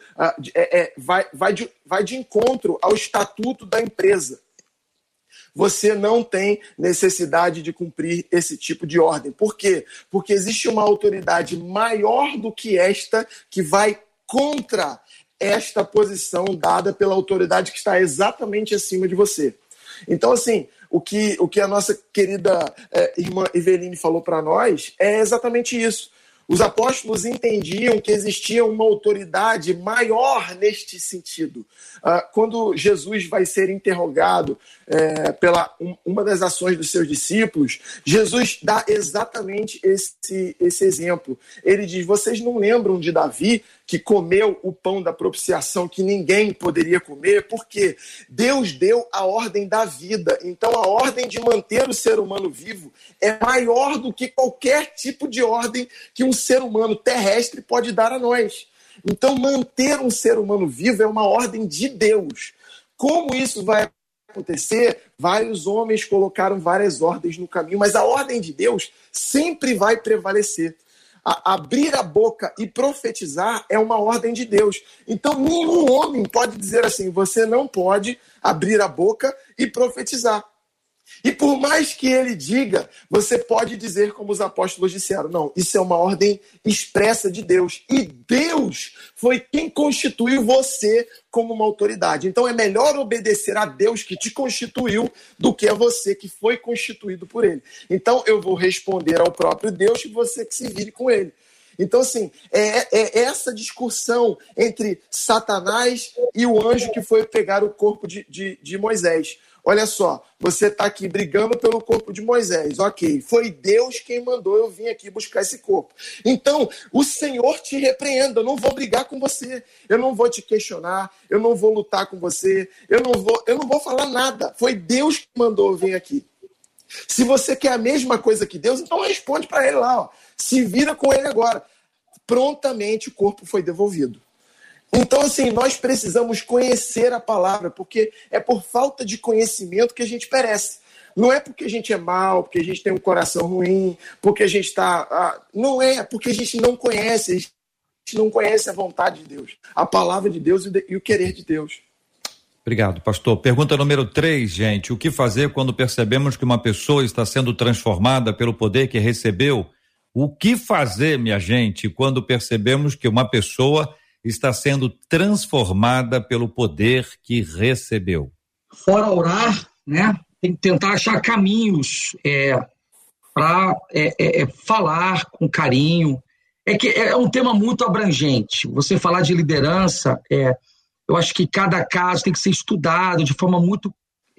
vai de encontro ao estatuto da empresa. Você não tem necessidade de cumprir esse tipo de ordem. Por quê? Porque existe uma autoridade maior do que esta que vai contra esta posição dada pela autoridade que está exatamente acima de você. Então, assim, o que a nossa querida irmã Eveline falou para nós é exatamente isso. Os apóstolos entendiam que existia uma autoridade maior neste sentido. Quando Jesus vai ser interrogado pela uma das ações dos seus discípulos, Jesus dá exatamente esse exemplo. Ele diz: vocês não lembram de Davi, que comeu o pão da propiciação que ninguém poderia comer, porque Deus deu a ordem da vida. Então a ordem de manter o ser humano vivo é maior do que qualquer tipo de ordem que um ser humano terrestre pode dar a nós. Então manter um ser humano vivo é uma ordem de Deus. Como isso vai acontecer? Vários homens colocaram várias ordens no caminho, mas a ordem de Deus sempre vai prevalecer. Abrir a boca e profetizar é uma ordem de Deus. Então, nenhum homem pode dizer assim, você não pode abrir a boca e profetizar. E por mais que ele diga, você pode dizer como os apóstolos disseram. Não, isso é uma ordem expressa de Deus. E Deus foi quem constituiu você como uma autoridade. Então é melhor obedecer a Deus que te constituiu do que a você que foi constituído por ele. Então eu vou responder ao próprio Deus e você que se vire com ele. Então, assim, é essa discussão entre Satanás e o anjo que foi pegar o corpo de Moisés. Olha só, você está aqui brigando pelo corpo de Moisés. Ok, foi Deus quem mandou eu vir aqui buscar esse corpo. Então, o Senhor te repreenda. Eu não vou brigar com você. Eu não vou te questionar. Eu não vou lutar com você. Eu não vou falar nada. Foi Deus que mandou eu vir aqui. Se você quer a mesma coisa que Deus, então responde para ele lá. Ó. Se vira com ele agora. Prontamente o corpo foi devolvido. Então, assim, nós precisamos conhecer a palavra, porque é por falta de conhecimento que a gente perece. Não é porque a gente é mau, porque a gente tem um coração ruim, porque a gente está... Não é porque a gente não conhece, a gente não conhece a vontade de Deus, a palavra de Deus e o querer de Deus. Obrigado, pastor. Pergunta número 3, gente. O que fazer quando percebemos que uma pessoa está sendo transformada pelo poder que recebeu? O que fazer, minha gente, quando percebemos que uma pessoa está sendo transformada pelo poder que recebeu? Fora orar, né? Tem que tentar achar caminhos para falar com carinho. Que é um tema muito abrangente. Você falar de liderança, eu acho que cada caso tem que ser estudado de forma muito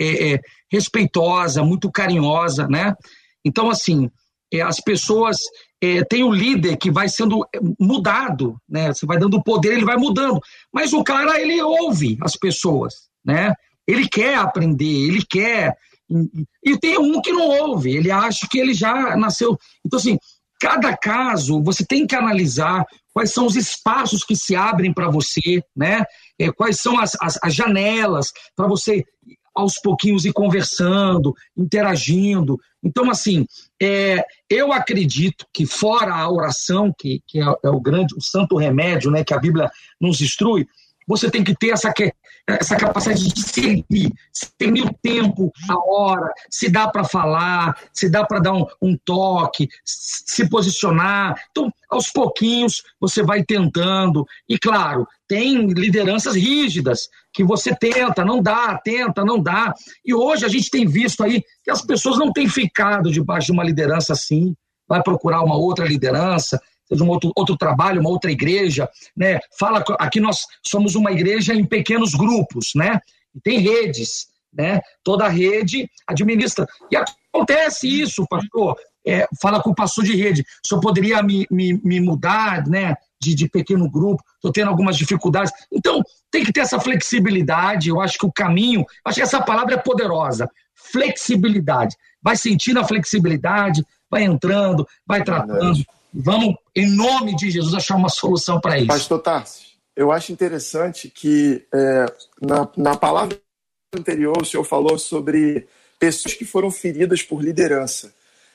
respeitosa, muito carinhosa, né? Então, assim, as pessoas... tem o líder que vai sendo mudado, né? Você vai dando o poder, ele vai mudando. Mas o cara, ele ouve as pessoas, né? Ele quer aprender, ele quer... E tem um que não ouve, ele acha que ele já nasceu... Então, assim, cada caso, você tem que analisar quais são os espaços que se abrem para você, né? Quais são as janelas para você... aos pouquinhos ir conversando, interagindo. Então, assim, eu acredito que fora a oração, que é o santo remédio, né, que a Bíblia nos instrui, você tem que ter essa capacidade de discernir o tempo, a hora, se dá para falar, se dá para dar um toque, se posicionar. Então, aos pouquinhos, você vai tentando. E, claro, tem lideranças rígidas que você tenta, não dá. E hoje a gente tem visto aí que as pessoas não têm ficado debaixo de uma liderança assim, vai procurar uma outra liderança, seja um outro trabalho, uma outra igreja, né? Fala, aqui nós somos uma igreja em pequenos grupos, né? E tem redes, né? Toda rede administra. E acontece isso, pastor. Fala com o pastor de rede. O senhor poderia me mudar, né? De pequeno grupo, estou tendo algumas dificuldades. Então, tem que ter essa flexibilidade. Eu acho que o caminho, acho que essa palavra é poderosa. Flexibilidade. Vai sentindo a flexibilidade, vai entrando, vai tratando. Vamos, em nome de Jesus, achar uma solução para isso. Pastor Tarso, eu acho interessante que na palavra anterior o senhor falou sobre pessoas que foram feridas por liderança.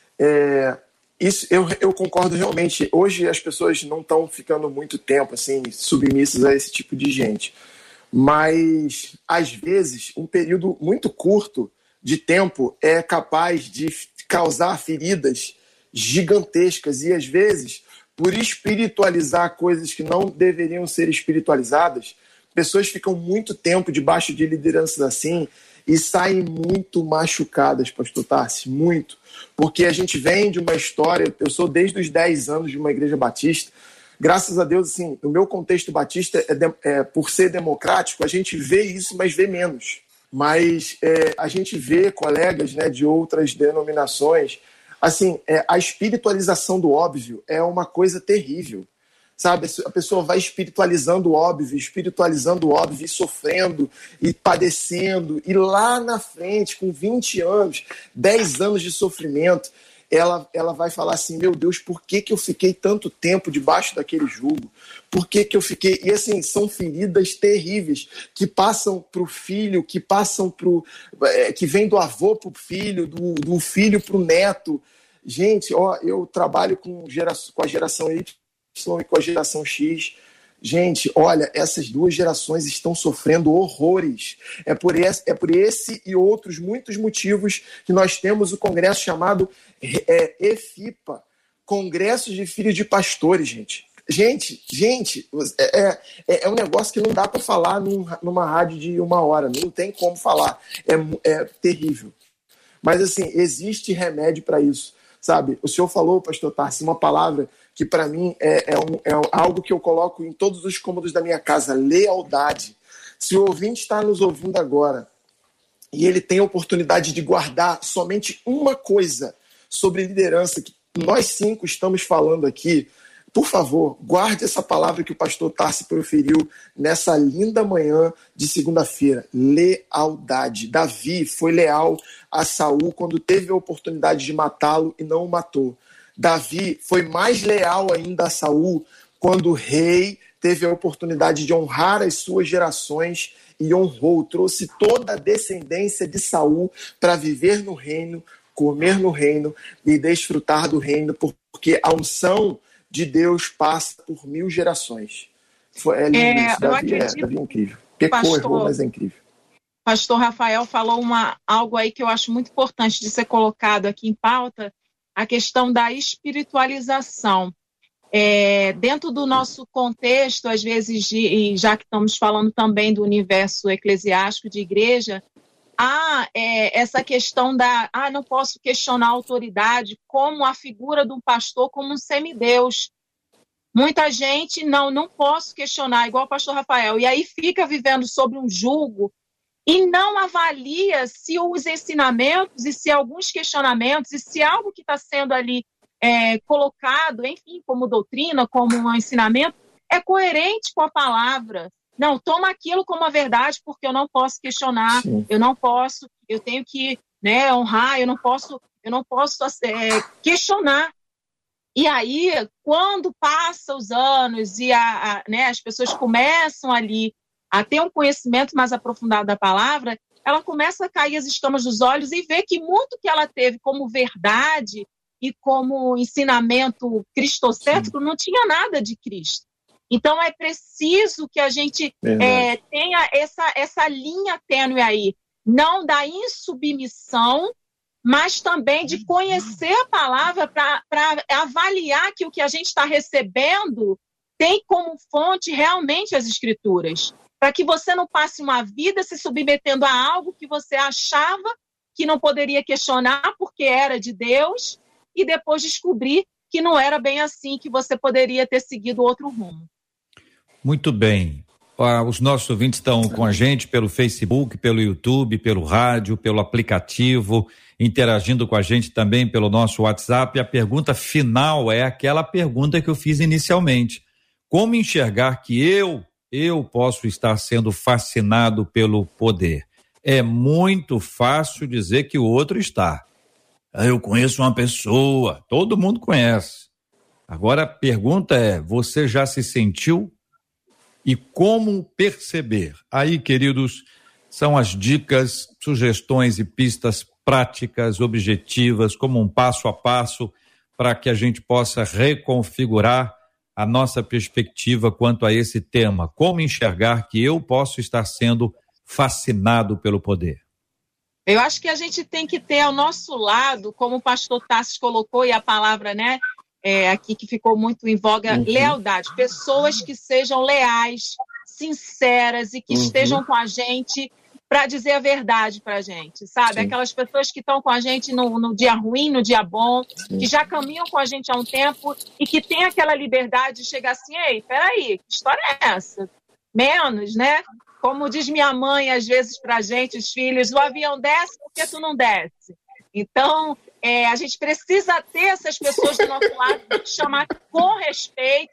Isso eu concordo realmente. Hoje as pessoas não estão ficando muito tempo assim, submissas a esse tipo de gente. Mas, às vezes, um período muito curto de tempo é capaz de causar feridas gigantescas e, às vezes, por espiritualizar coisas que não deveriam ser espiritualizadas, pessoas ficam muito tempo debaixo de lideranças assim e saem muito machucadas, pastor Tarsi, muito. Porque a gente vem de uma história, eu sou desde os 10 anos de uma igreja batista, graças a Deus, assim, no meu contexto batista, por ser democrático, a gente vê isso, mas vê menos. Mas a gente vê colegas, né, de outras denominações. Assim, a espiritualização do óbvio é uma coisa terrível. sabe? A pessoa vai espiritualizando o óbvio e sofrendo e padecendo, e lá na frente, com 20 anos, 10 anos de sofrimento, ela vai falar assim, meu Deus, por que eu fiquei tanto tempo debaixo daquele jugo? Por que eu fiquei... E assim, são feridas terríveis que passam para o filho, que vem do avô para o filho, do filho para o neto. Gente, eu trabalho com a geração Y e com a geração X. Gente, olha, essas duas gerações estão sofrendo horrores. É por esse e outros muitos motivos que nós temos o congresso chamado EFIPA, Congresso de Filhos de Pastores, gente. Gente, é um negócio que não dá para falar numa rádio de 1 hora, não tem como falar. É terrível. Mas, assim, existe remédio para isso, sabe? O senhor falou, pastor Tarsi, uma palavra que para mim é algo que eu coloco em todos os cômodos da minha casa, lealdade. Se o ouvinte está nos ouvindo agora e ele tem a oportunidade de guardar somente uma coisa sobre liderança, que nós 5 estamos falando aqui, por favor, guarde essa palavra que o pastor Tarsi proferiu nessa linda manhã de segunda-feira. Lealdade. Davi foi leal a Saul quando teve a oportunidade de matá-lo e não o matou. Davi foi mais leal ainda a Saul quando o rei teve a oportunidade de honrar as suas gerações e honrou, trouxe toda a descendência de Saul para viver no reino, comer no reino e desfrutar do reino, porque a unção de Deus passa por 1000 gerações. É lindo isso. Davi é incrível. Pecou, errou, mas é incrível. Pastor Rafael falou algo aí que eu acho muito importante de ser colocado aqui em pauta, a questão da espiritualização. Dentro do nosso contexto, às vezes, e já que estamos falando também do universo eclesiástico de igreja, há essa questão não posso questionar a autoridade como a figura de um pastor como um semideus. Muita gente, não posso questionar, igual o pastor Rafael, e aí fica vivendo sobre um jugo e não avalia se os ensinamentos e se alguns questionamentos e se algo que está sendo ali colocado, enfim, como doutrina, como um ensinamento, é coerente com a palavra. Não, toma aquilo como a verdade, porque eu não posso questionar, sim. Eu tenho que honrar, eu não posso questionar. E aí, quando passam os anos e as pessoas começam ali a ter um conhecimento mais aprofundado da palavra, ela começa a cair as escamas dos olhos e ver que muito que ela teve como verdade e como ensinamento cristocêntrico não tinha nada de Cristo. Então, é preciso que a gente tenha essa linha tênue aí, não da insubmissão, mas também de conhecer a palavra para avaliar que o que a gente está recebendo tem como fonte realmente as Escrituras. Para que você não passe uma vida se submetendo a algo que você achava que não poderia questionar porque era de Deus e depois descobrir que não era bem assim, que você poderia ter seguido outro rumo. Muito bem. Os nossos ouvintes estão com a gente pelo Facebook, pelo YouTube, pelo rádio, pelo aplicativo, interagindo com a gente também pelo nosso WhatsApp. A pergunta final é aquela pergunta que eu fiz inicialmente. Como enxergar que eu posso estar sendo fascinado pelo poder? É muito fácil dizer que o outro está. Eu conheço uma pessoa, todo mundo conhece. Agora a pergunta é, você já se sentiu? E como perceber? Aí, queridos, são as dicas, sugestões e pistas práticas, objetivas, como um passo a passo para que a gente possa reconfigurar a nossa perspectiva quanto a esse tema. Como enxergar que eu posso estar sendo fascinado pelo poder? Eu acho que a gente tem que ter ao nosso lado, como o pastor Tassi colocou, e a palavra, aqui que ficou muito em voga, lealdade. Pessoas que sejam leais, sinceras e que estejam com a gente para dizer a verdade para a gente, sabe? Sim. Aquelas pessoas que estão com a gente no dia ruim, no dia bom, que já caminham com a gente há um tempo e que tem aquela liberdade de chegar assim, ei, peraí, que história é essa? Menos, né? Como diz minha mãe, às vezes, para a gente, os filhos, o avião desce porque tu não desce. Então, a gente precisa ter essas pessoas do nosso lado, chamar com respeito,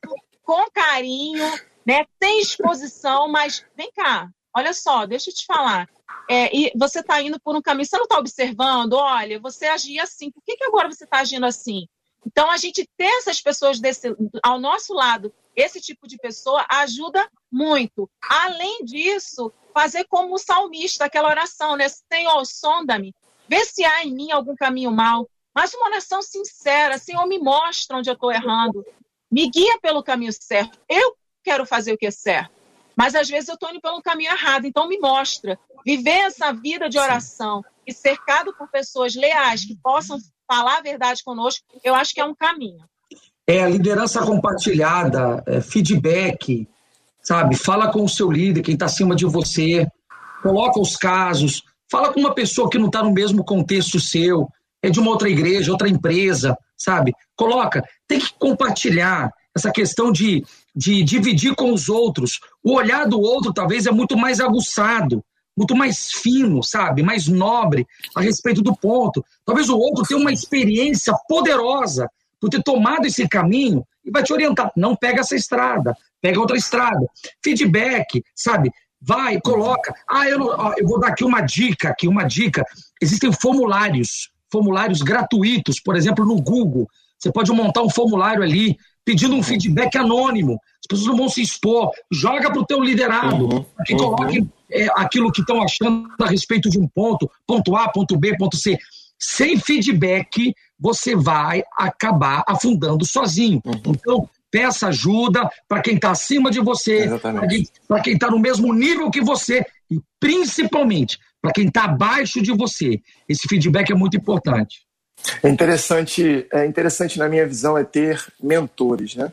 com carinho, né? Sem exposição, mas vem cá, olha só, deixa eu te falar. E você está indo por um caminho, você não está observando, olha, você agia assim, por que agora você está agindo assim? Então, a gente ter essas pessoas ao nosso lado, esse tipo de pessoa, ajuda muito. Além disso, fazer como o salmista, aquela oração, né? Senhor, sonda-me, vê se há em mim algum caminho mau, mas uma oração sincera, Senhor, me mostra onde eu estou errando, me guia pelo caminho certo, eu quero fazer o que é certo, mas às vezes eu estou indo pelo caminho errado, então me mostra. Viver essa vida de oração e cercado por pessoas leais que possam falar a verdade conosco, eu acho que é um caminho. Liderança compartilhada, feedback, sabe? Fala com o seu líder, quem está acima de você, coloca os casos, fala com uma pessoa que não está no mesmo contexto seu, é de uma outra igreja, outra empresa, sabe? Coloca, tem que compartilhar essa questão de dividir com os outros. O olhar do outro talvez é muito mais aguçado, muito mais fino, sabe? Mais nobre a respeito do ponto. Talvez o outro tenha uma experiência poderosa por ter tomado esse caminho e vai te orientar. Não pega essa estrada, pega outra estrada. Feedback, sabe? Vai, coloca. Eu vou dar aqui uma dica. Existem formulários gratuitos, por exemplo, no Google. Você pode montar um formulário ali, pedindo um feedback anônimo. As pessoas não vão se expor. Joga para o teu liderado, para que coloque aquilo que estão achando a respeito de um ponto A, ponto B, ponto C. Sem feedback, você vai acabar afundando sozinho. Então, peça ajuda para quem está acima de você, para quem está no mesmo nível que você e, principalmente, para quem está abaixo de você. Esse feedback é muito importante. É interessante na minha visão é ter mentores, né?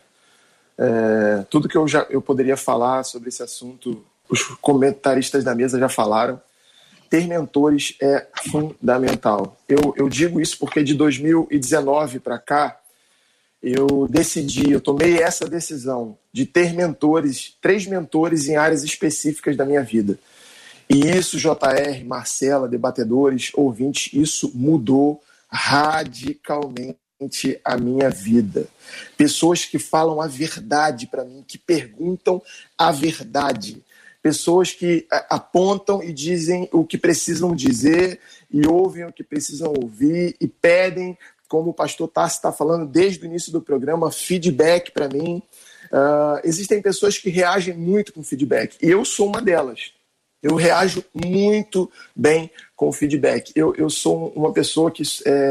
Tudo que eu poderia falar sobre esse assunto, os comentaristas da mesa já falaram. Ter mentores é fundamental. Eu digo isso porque de 2019 para cá, eu tomei essa decisão de ter 3 mentores em áreas específicas da minha vida. E isso, JR, Marcela, debatedores, ouvintes, isso mudou radicalmente a minha vida. Pessoas que falam a verdade para mim, que perguntam a verdade. Pessoas que apontam e dizem o que precisam dizer e ouvem o que precisam ouvir e pedem, como o pastor Tassi está falando desde o início do programa, feedback para mim. Existem pessoas que reagem muito com feedback e eu sou uma delas. Eu reajo muito bem com feedback. Eu sou uma pessoa que...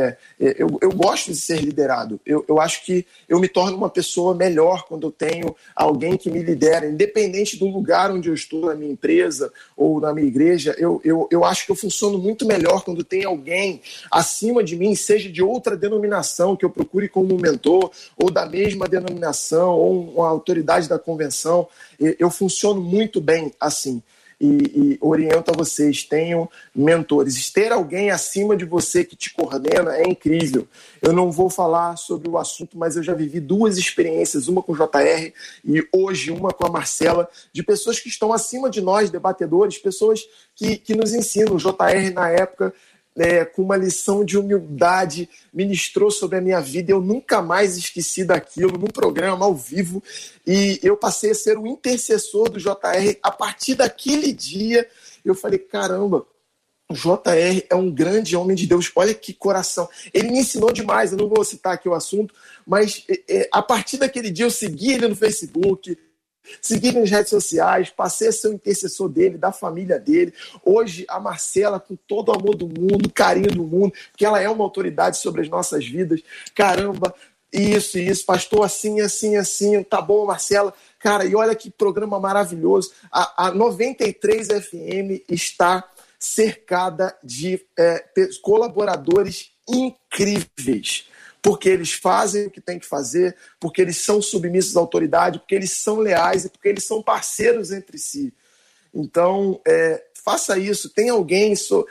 eu gosto de ser liderado. Eu acho que eu me torno uma pessoa melhor quando eu tenho alguém que me lidera, independente do lugar onde eu estou, na minha empresa ou na minha igreja. Eu acho que eu funciono muito melhor quando tem alguém acima de mim, seja de outra denominação, que eu procure como um mentor, ou da mesma denominação, ou uma autoridade da convenção. Eu funciono muito bem assim. E oriento a vocês, tenham mentores. Ter alguém acima de você que te coordena é incrível. Eu não vou falar sobre o assunto, mas eu já vivi 2 experiências, uma com o JR e hoje uma com a Marcela, de pessoas que estão acima de nós, debatedores, pessoas que nos ensinam. O JR, na época, com uma lição de humildade, ministrou sobre a minha vida. Eu nunca mais esqueci daquilo, num programa ao vivo, e eu passei a ser o intercessor do JR. A partir daquele dia, eu falei, caramba, o JR é um grande homem de Deus, olha que coração. Ele me ensinou demais, eu não vou citar aqui o assunto, mas a partir daquele dia eu segui ele no Facebook, segui nas redes sociais, passei a ser o intercessor dele, da família dele. Hoje, a Marcela, com todo o amor do mundo, carinho do mundo, porque ela é uma autoridade sobre as nossas vidas. Caramba, isso, pastor, assim, tá bom, Marcela. Cara, e olha que programa maravilhoso. A 93 FM está cercada de colaboradores incríveis. Porque eles fazem o que tem que fazer, porque eles são submissos à autoridade, porque eles são leais e porque eles são parceiros entre si. Então, faça isso. Tem alguém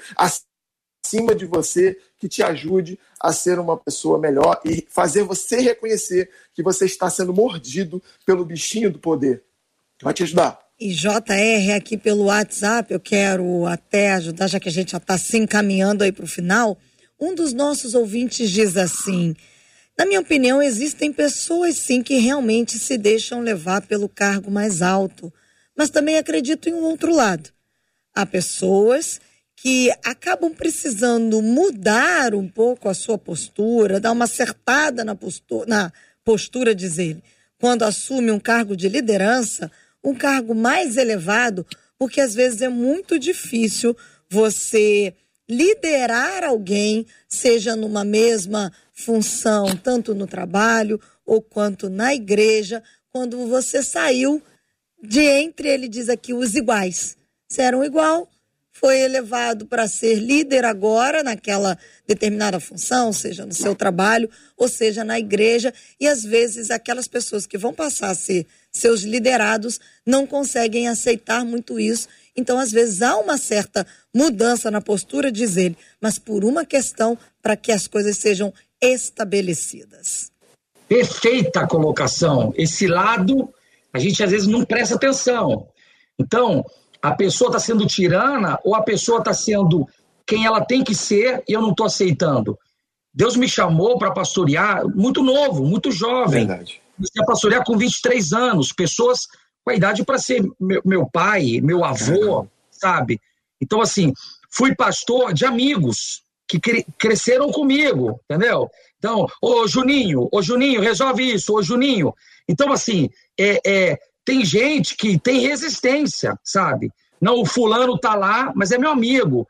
acima de você que te ajude a ser uma pessoa melhor e fazer você reconhecer que você está sendo mordido pelo bichinho do poder. Vai te ajudar. E JR, aqui pelo WhatsApp, eu quero até ajudar, já que a gente já está se encaminhando aí para o final. Um dos nossos ouvintes diz assim: Na minha opinião, existem pessoas sim que realmente se deixam levar pelo cargo mais alto, mas também acredito em um outro lado. Há pessoas que acabam precisando mudar um pouco a sua postura, dar uma acertada na postura, diz ele, quando assume um cargo de liderança, um cargo mais elevado, porque às vezes é muito difícil você liderar alguém, seja numa mesma função, tanto no trabalho ou quanto na igreja, quando você saiu de entre, ele diz aqui, os iguais. Você era um igual, foi elevado para ser líder agora naquela determinada função, seja no seu trabalho ou seja na igreja, e às vezes aquelas pessoas que vão passar a ser seus liderados não conseguem aceitar muito isso. Então, às vezes, há uma certa mudança na postura, diz ele, mas por uma questão para que as coisas sejam estabelecidas. Perfeita a colocação. Esse lado, a gente às vezes não presta atenção. Então, a pessoa está sendo tirana ou a pessoa está sendo quem ela tem que ser e eu não estou aceitando? Deus me chamou para pastorear muito novo, muito jovem. Verdade. Comecei a pastorear com 23 anos, pessoas com a idade para ser meu pai, meu avô, sabe? Então, assim, fui pastor de amigos que cresceram comigo, entendeu? Então, ô Juninho, resolve isso, ô Juninho. Então, assim, tem gente que tem resistência, sabe? Não, o fulano tá lá, mas é meu amigo,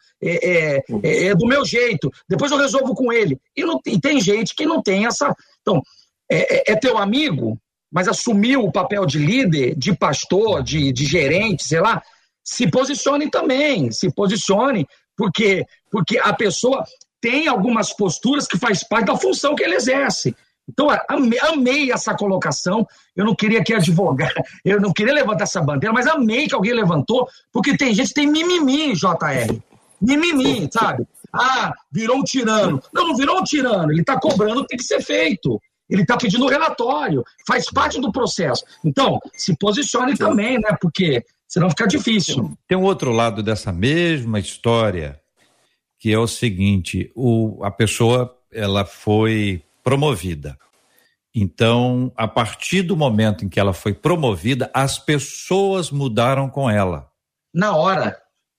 é do meu jeito, depois eu resolvo com ele. E tem gente que não tem essa... Então, é teu amigo, mas assumiu o papel de líder, de pastor, de gerente, sei lá, se posicione também, porque a pessoa tem algumas posturas que faz parte da função que ele exerce. Então, amei essa colocação, eu não queria aqui advogar, eu não queria levantar essa bandeira, mas amei que alguém levantou, porque tem gente que tem mimimi, JR, mimimi, sabe? Ah, virou um tirano. Não virou um tirano, ele está cobrando, tem que ser feito. Ele está pedindo um relatório, faz parte do processo. Então, se posicione também, né? Porque senão fica difícil. Tem um outro lado dessa mesma história, que é o seguinte, a pessoa, ela foi promovida. Então, a partir do momento em que ela foi promovida, as pessoas mudaram com ela. Na hora.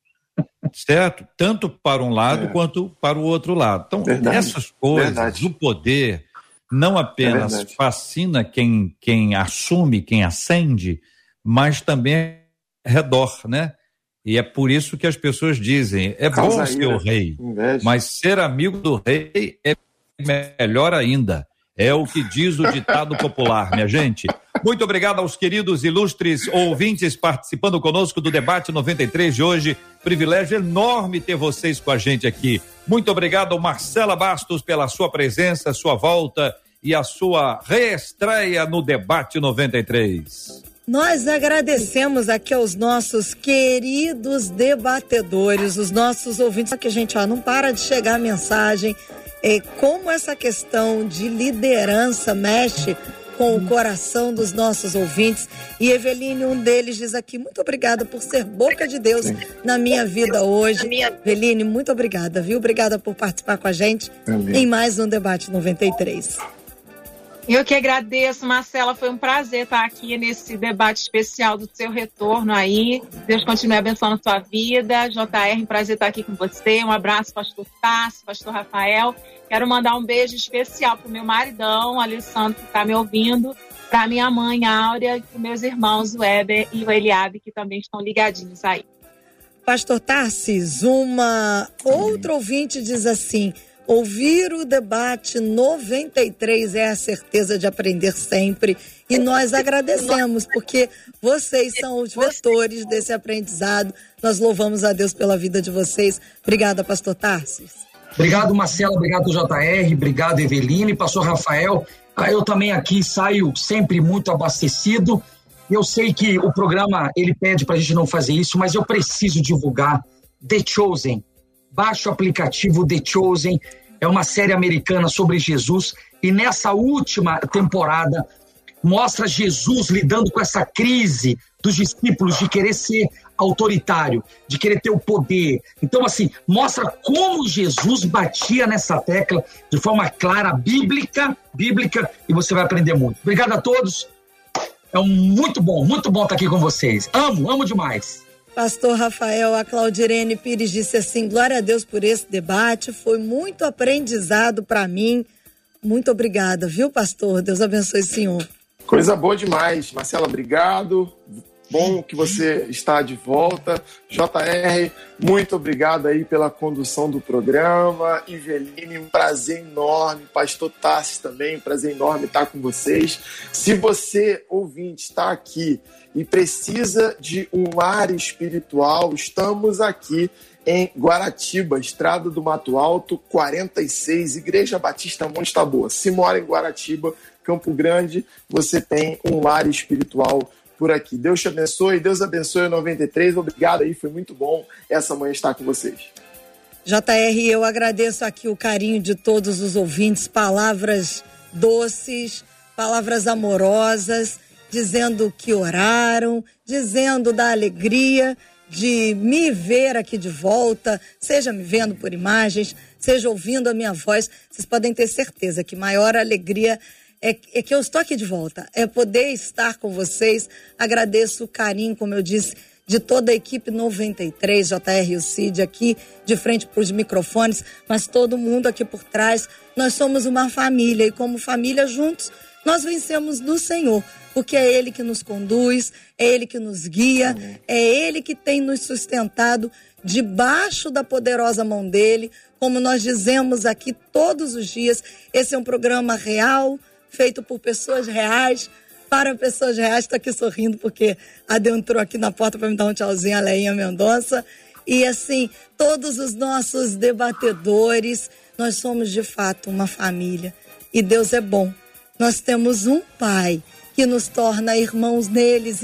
Certo? Tanto para um lado quanto para o outro lado. Então, essas coisas, o poder... não apenas fascina quem assume, quem ascende, mas também redor, né? E é por isso que as pessoas dizem, bom ser o rei, mas ser amigo do rei é melhor ainda. É o que diz o ditado popular, minha gente. Muito obrigado aos queridos ilustres ouvintes participando conosco do Debate 93 de hoje. Privilégio enorme ter vocês com a gente aqui. Muito obrigado ao Marcela Bastos pela sua presença, sua volta e a sua reestreia no Debate 93. Nós agradecemos aqui aos nossos queridos debatedores, os nossos ouvintes, que a gente não para de chegar a mensagem, como essa questão de liderança mexe com o coração dos nossos ouvintes. E Eveline, um deles, diz aqui, muito obrigada por ser boca de Deus na minha vida hoje. Eveline, muito obrigada, viu? Obrigada por participar com a gente em mais um Debate 93. Eu que agradeço, Marcela, foi um prazer estar aqui nesse debate especial do seu retorno aí. Deus continue abençoando a sua vida. JR, prazer estar aqui com você. Um abraço, pastor Tarso, pastor Rafael. Quero mandar um beijo especial pro meu maridão, Alessandro, que está me ouvindo, para minha mãe, Áurea, e para meus irmãos, o Weber e o Eliabe, que também estão ligadinhos aí. Pastor Tarsis, uma outra ouvinte diz assim: ouvir o Debate 93 é a certeza de aprender sempre. E nós agradecemos, porque vocês são os vetores desse aprendizado. Nós louvamos a Deus pela vida de vocês. Obrigada, pastor Tarsis. Obrigado, Marcela. Obrigado, JR. Obrigado, Eveline. Pastor Rafael, eu também aqui saio sempre muito abastecido. Eu sei que o programa, ele pede para a gente não fazer isso, mas eu preciso divulgar The Chosen. Baixe o aplicativo The Chosen, é uma série americana sobre Jesus, e nessa última temporada mostra Jesus lidando com essa crise dos discípulos de querer ser autoritário, de querer ter o poder. Então, assim, mostra como Jesus batia nessa tecla de forma clara, bíblica, e você vai aprender muito. Obrigado a todos. É muito bom estar aqui com vocês. Amo demais. Pastor Rafael, a Claudirene Pires disse assim: glória a Deus por esse debate, foi muito aprendizado para mim. Muito obrigada, viu, pastor? Deus abençoe o senhor. Coisa boa demais. Marcela, obrigado. Bom que você está de volta. JR, muito obrigado aí pela condução do programa. Iveline, um prazer enorme. Pastor Tarsis também, um prazer enorme estar com vocês. Se você, ouvinte, está aqui e precisa de um lar espiritual, estamos aqui em Guaratiba, Estrada do Mato Alto, 46, Igreja Batista Monte Tabor. Se mora em Guaratiba, Campo Grande, você tem um lar espiritual por aqui. Deus te abençoe, Deus abençoe o 93. Obrigado aí, foi muito bom essa manhã estar com vocês. JR, eu agradeço aqui o carinho de todos os ouvintes, palavras doces, palavras amorosas, dizendo que oraram, dizendo da alegria de me ver aqui de volta, seja me vendo por imagens, seja ouvindo a minha voz. Vocês podem ter certeza que maior alegria é que eu estou aqui de volta, é poder estar com vocês. Agradeço o carinho, como eu disse, de toda a equipe 93, JR e o Cid aqui de frente para os microfones, mas todo mundo aqui por trás. Nós somos uma família e como família juntos nós vencemos no Senhor, porque é Ele que nos conduz, é Ele que nos guia, é Ele que tem nos sustentado debaixo da poderosa mão dEle. Como nós dizemos aqui todos os dias, esse é um programa real, feito por pessoas reais, para pessoas reais. Estou aqui sorrindo porque adentrou aqui na porta para me dar um tchauzinho, a Leinha Mendonça. E assim, todos os nossos debatedores, nós somos de fato uma família. E Deus é bom. Nós temos um Pai que nos torna irmãos nele.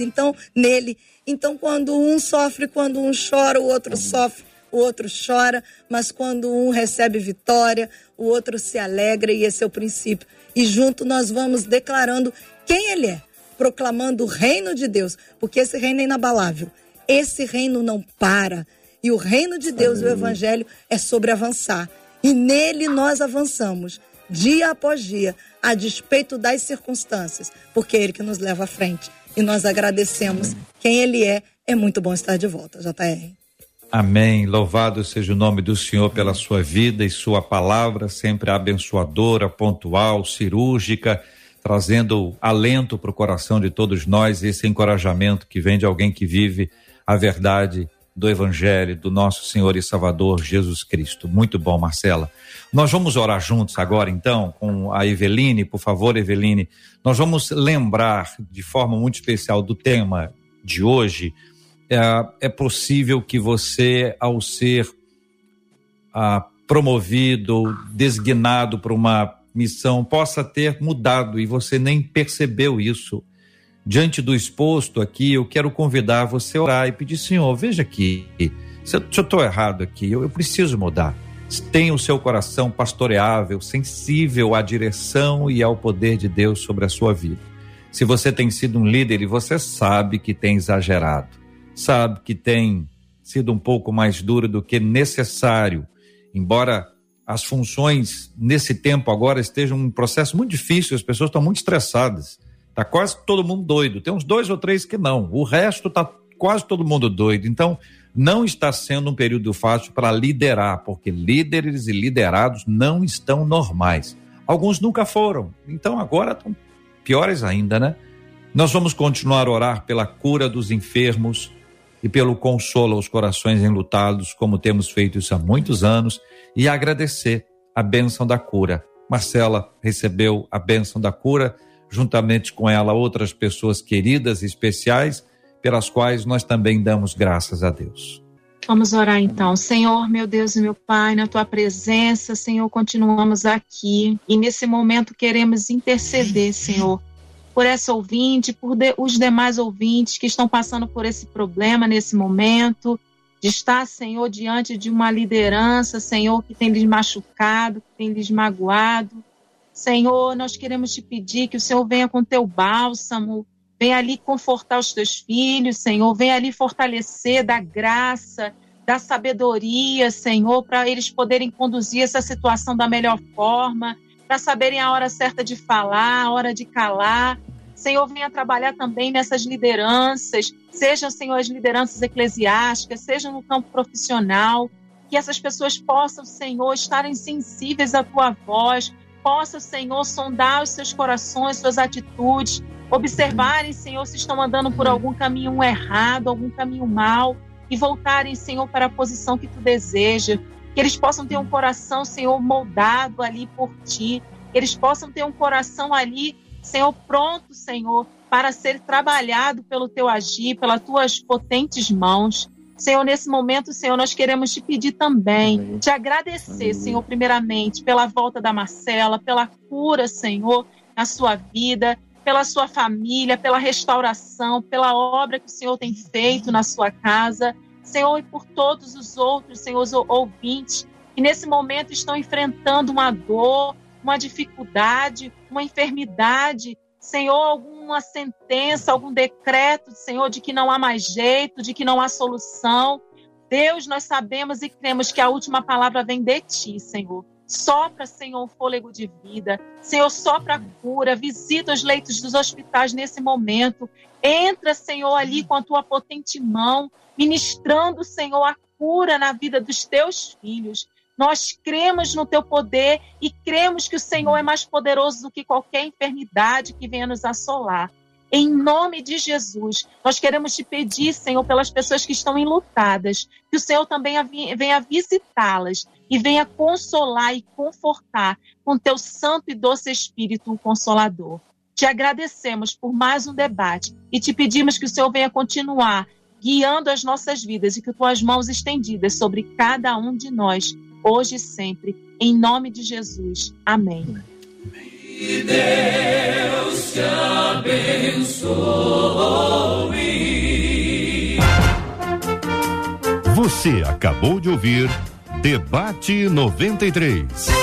Então, quando um sofre, quando um chora, o outro sofre, o outro chora. Mas quando um recebe vitória, o outro se alegra, e esse é o princípio. E junto nós vamos declarando quem Ele é, proclamando o reino de Deus, porque esse reino é inabalável. Esse reino não para. E o reino de Deus, o Evangelho, é sobre avançar. E nele nós avançamos, dia após dia, a despeito das circunstâncias, porque é Ele que nos leva à frente. E nós agradecemos quem Ele é. É muito bom estar de volta, JR. Amém. Louvado seja o nome do Senhor pela sua vida e sua palavra, sempre abençoadora, pontual, cirúrgica, trazendo alento para o coração de todos nós, esse encorajamento que vem de alguém que vive a verdade do Evangelho do nosso Senhor e Salvador Jesus Cristo. Muito bom, Marcela. Nós vamos orar juntos agora, então, com a Iveline. Por favor, Iveline, nós vamos lembrar de forma muito especial do tema de hoje. É possível que você, ao ser promovido, designado para uma missão, possa ter mudado e você nem percebeu isso. Diante do exposto aqui, eu quero convidar você a orar e pedir: Senhor, veja aqui, se eu estou errado aqui, eu preciso mudar. Tenha o seu coração pastoreável, sensível à direção e ao poder de Deus sobre a sua vida. Se você tem sido um líder e você sabe que tem exagerado, sabe que tem sido um pouco mais duro do que necessário, embora as funções nesse tempo agora estejam um processo muito difícil, as pessoas estão muito estressadas, está quase todo mundo doido, tem uns 2 ou 3 que não, o resto está quase todo mundo doido. Então não está sendo um período fácil para liderar, porque líderes e liderados não estão normais, alguns nunca foram, então agora estão piores ainda, né? Nós vamos continuar a orar pela cura dos enfermos e pelo consolo aos corações enlutados, como temos feito isso há muitos anos, e agradecer a bênção da cura. Marcela recebeu a bênção da cura, juntamente com ela outras pessoas queridas e especiais, pelas quais nós também damos graças a Deus. Vamos orar então. Senhor, meu Deus e meu Pai, na Tua presença, Senhor, continuamos aqui e nesse momento queremos interceder, Senhor, por essa ouvinte, por os demais ouvintes que estão passando por esse problema nesse momento, de estar, Senhor, diante de uma liderança, Senhor, que tem lhes machucado, que tem lhes magoado. Senhor, nós queremos te pedir que o Senhor venha com teu bálsamo, venha ali confortar os teus filhos, Senhor, venha ali fortalecer, dar graça, dar sabedoria, Senhor, para eles poderem conduzir essa situação da melhor forma, para saberem a hora certa de falar, a hora de calar. Senhor, venha trabalhar também nessas lideranças, sejam, Senhor, as lideranças eclesiásticas, sejam no campo profissional, que essas pessoas possam, Senhor, estarem sensíveis à tua voz, possam, Senhor, sondar os seus corações, suas atitudes, observarem, Senhor, se estão andando por algum caminho errado, algum caminho mau, e voltarem, Senhor, para a posição que tu deseja, que eles possam ter um coração, Senhor, moldado ali por ti, que eles possam ter um coração ali, Senhor, pronto, Senhor, para ser trabalhado pelo teu agir, pelas tuas potentes mãos. Senhor, nesse momento, Senhor, nós queremos te pedir também, te agradecer, Senhor, primeiramente, pela volta da Marcela, pela cura, Senhor, na sua vida, pela sua família, pela restauração, pela obra que o Senhor tem feito na sua casa, Senhor, e por todos os outros, Senhor, os ouvintes, que nesse momento estão enfrentando uma dor, uma dificuldade, uma enfermidade, Senhor, alguma sentença, algum decreto, Senhor, de que não há mais jeito, de que não há solução. Deus, nós sabemos e cremos que a última palavra vem de ti, Senhor. Sopra, Senhor, um fôlego de vida. Senhor, sopra a cura, visita os leitos dos hospitais nesse momento. Entra, Senhor, ali com a tua potente mão, ministrando, Senhor, a cura na vida dos teus filhos. Nós cremos no teu poder e cremos que o Senhor é mais poderoso do que qualquer enfermidade que venha nos assolar. Em nome de Jesus, nós queremos te pedir, Senhor, pelas pessoas que estão enlutadas, que o Senhor também venha visitá-las e venha consolar e confortar com teu santo e doce Espírito Consolador. Te agradecemos por mais um debate e te pedimos que o Senhor venha continuar guiando as nossas vidas e que tuas mãos estendidas sobre cada um de nós, hoje e sempre, em nome de Jesus. Amém. Que Deus te abençoe. Você acabou de ouvir Debate 93.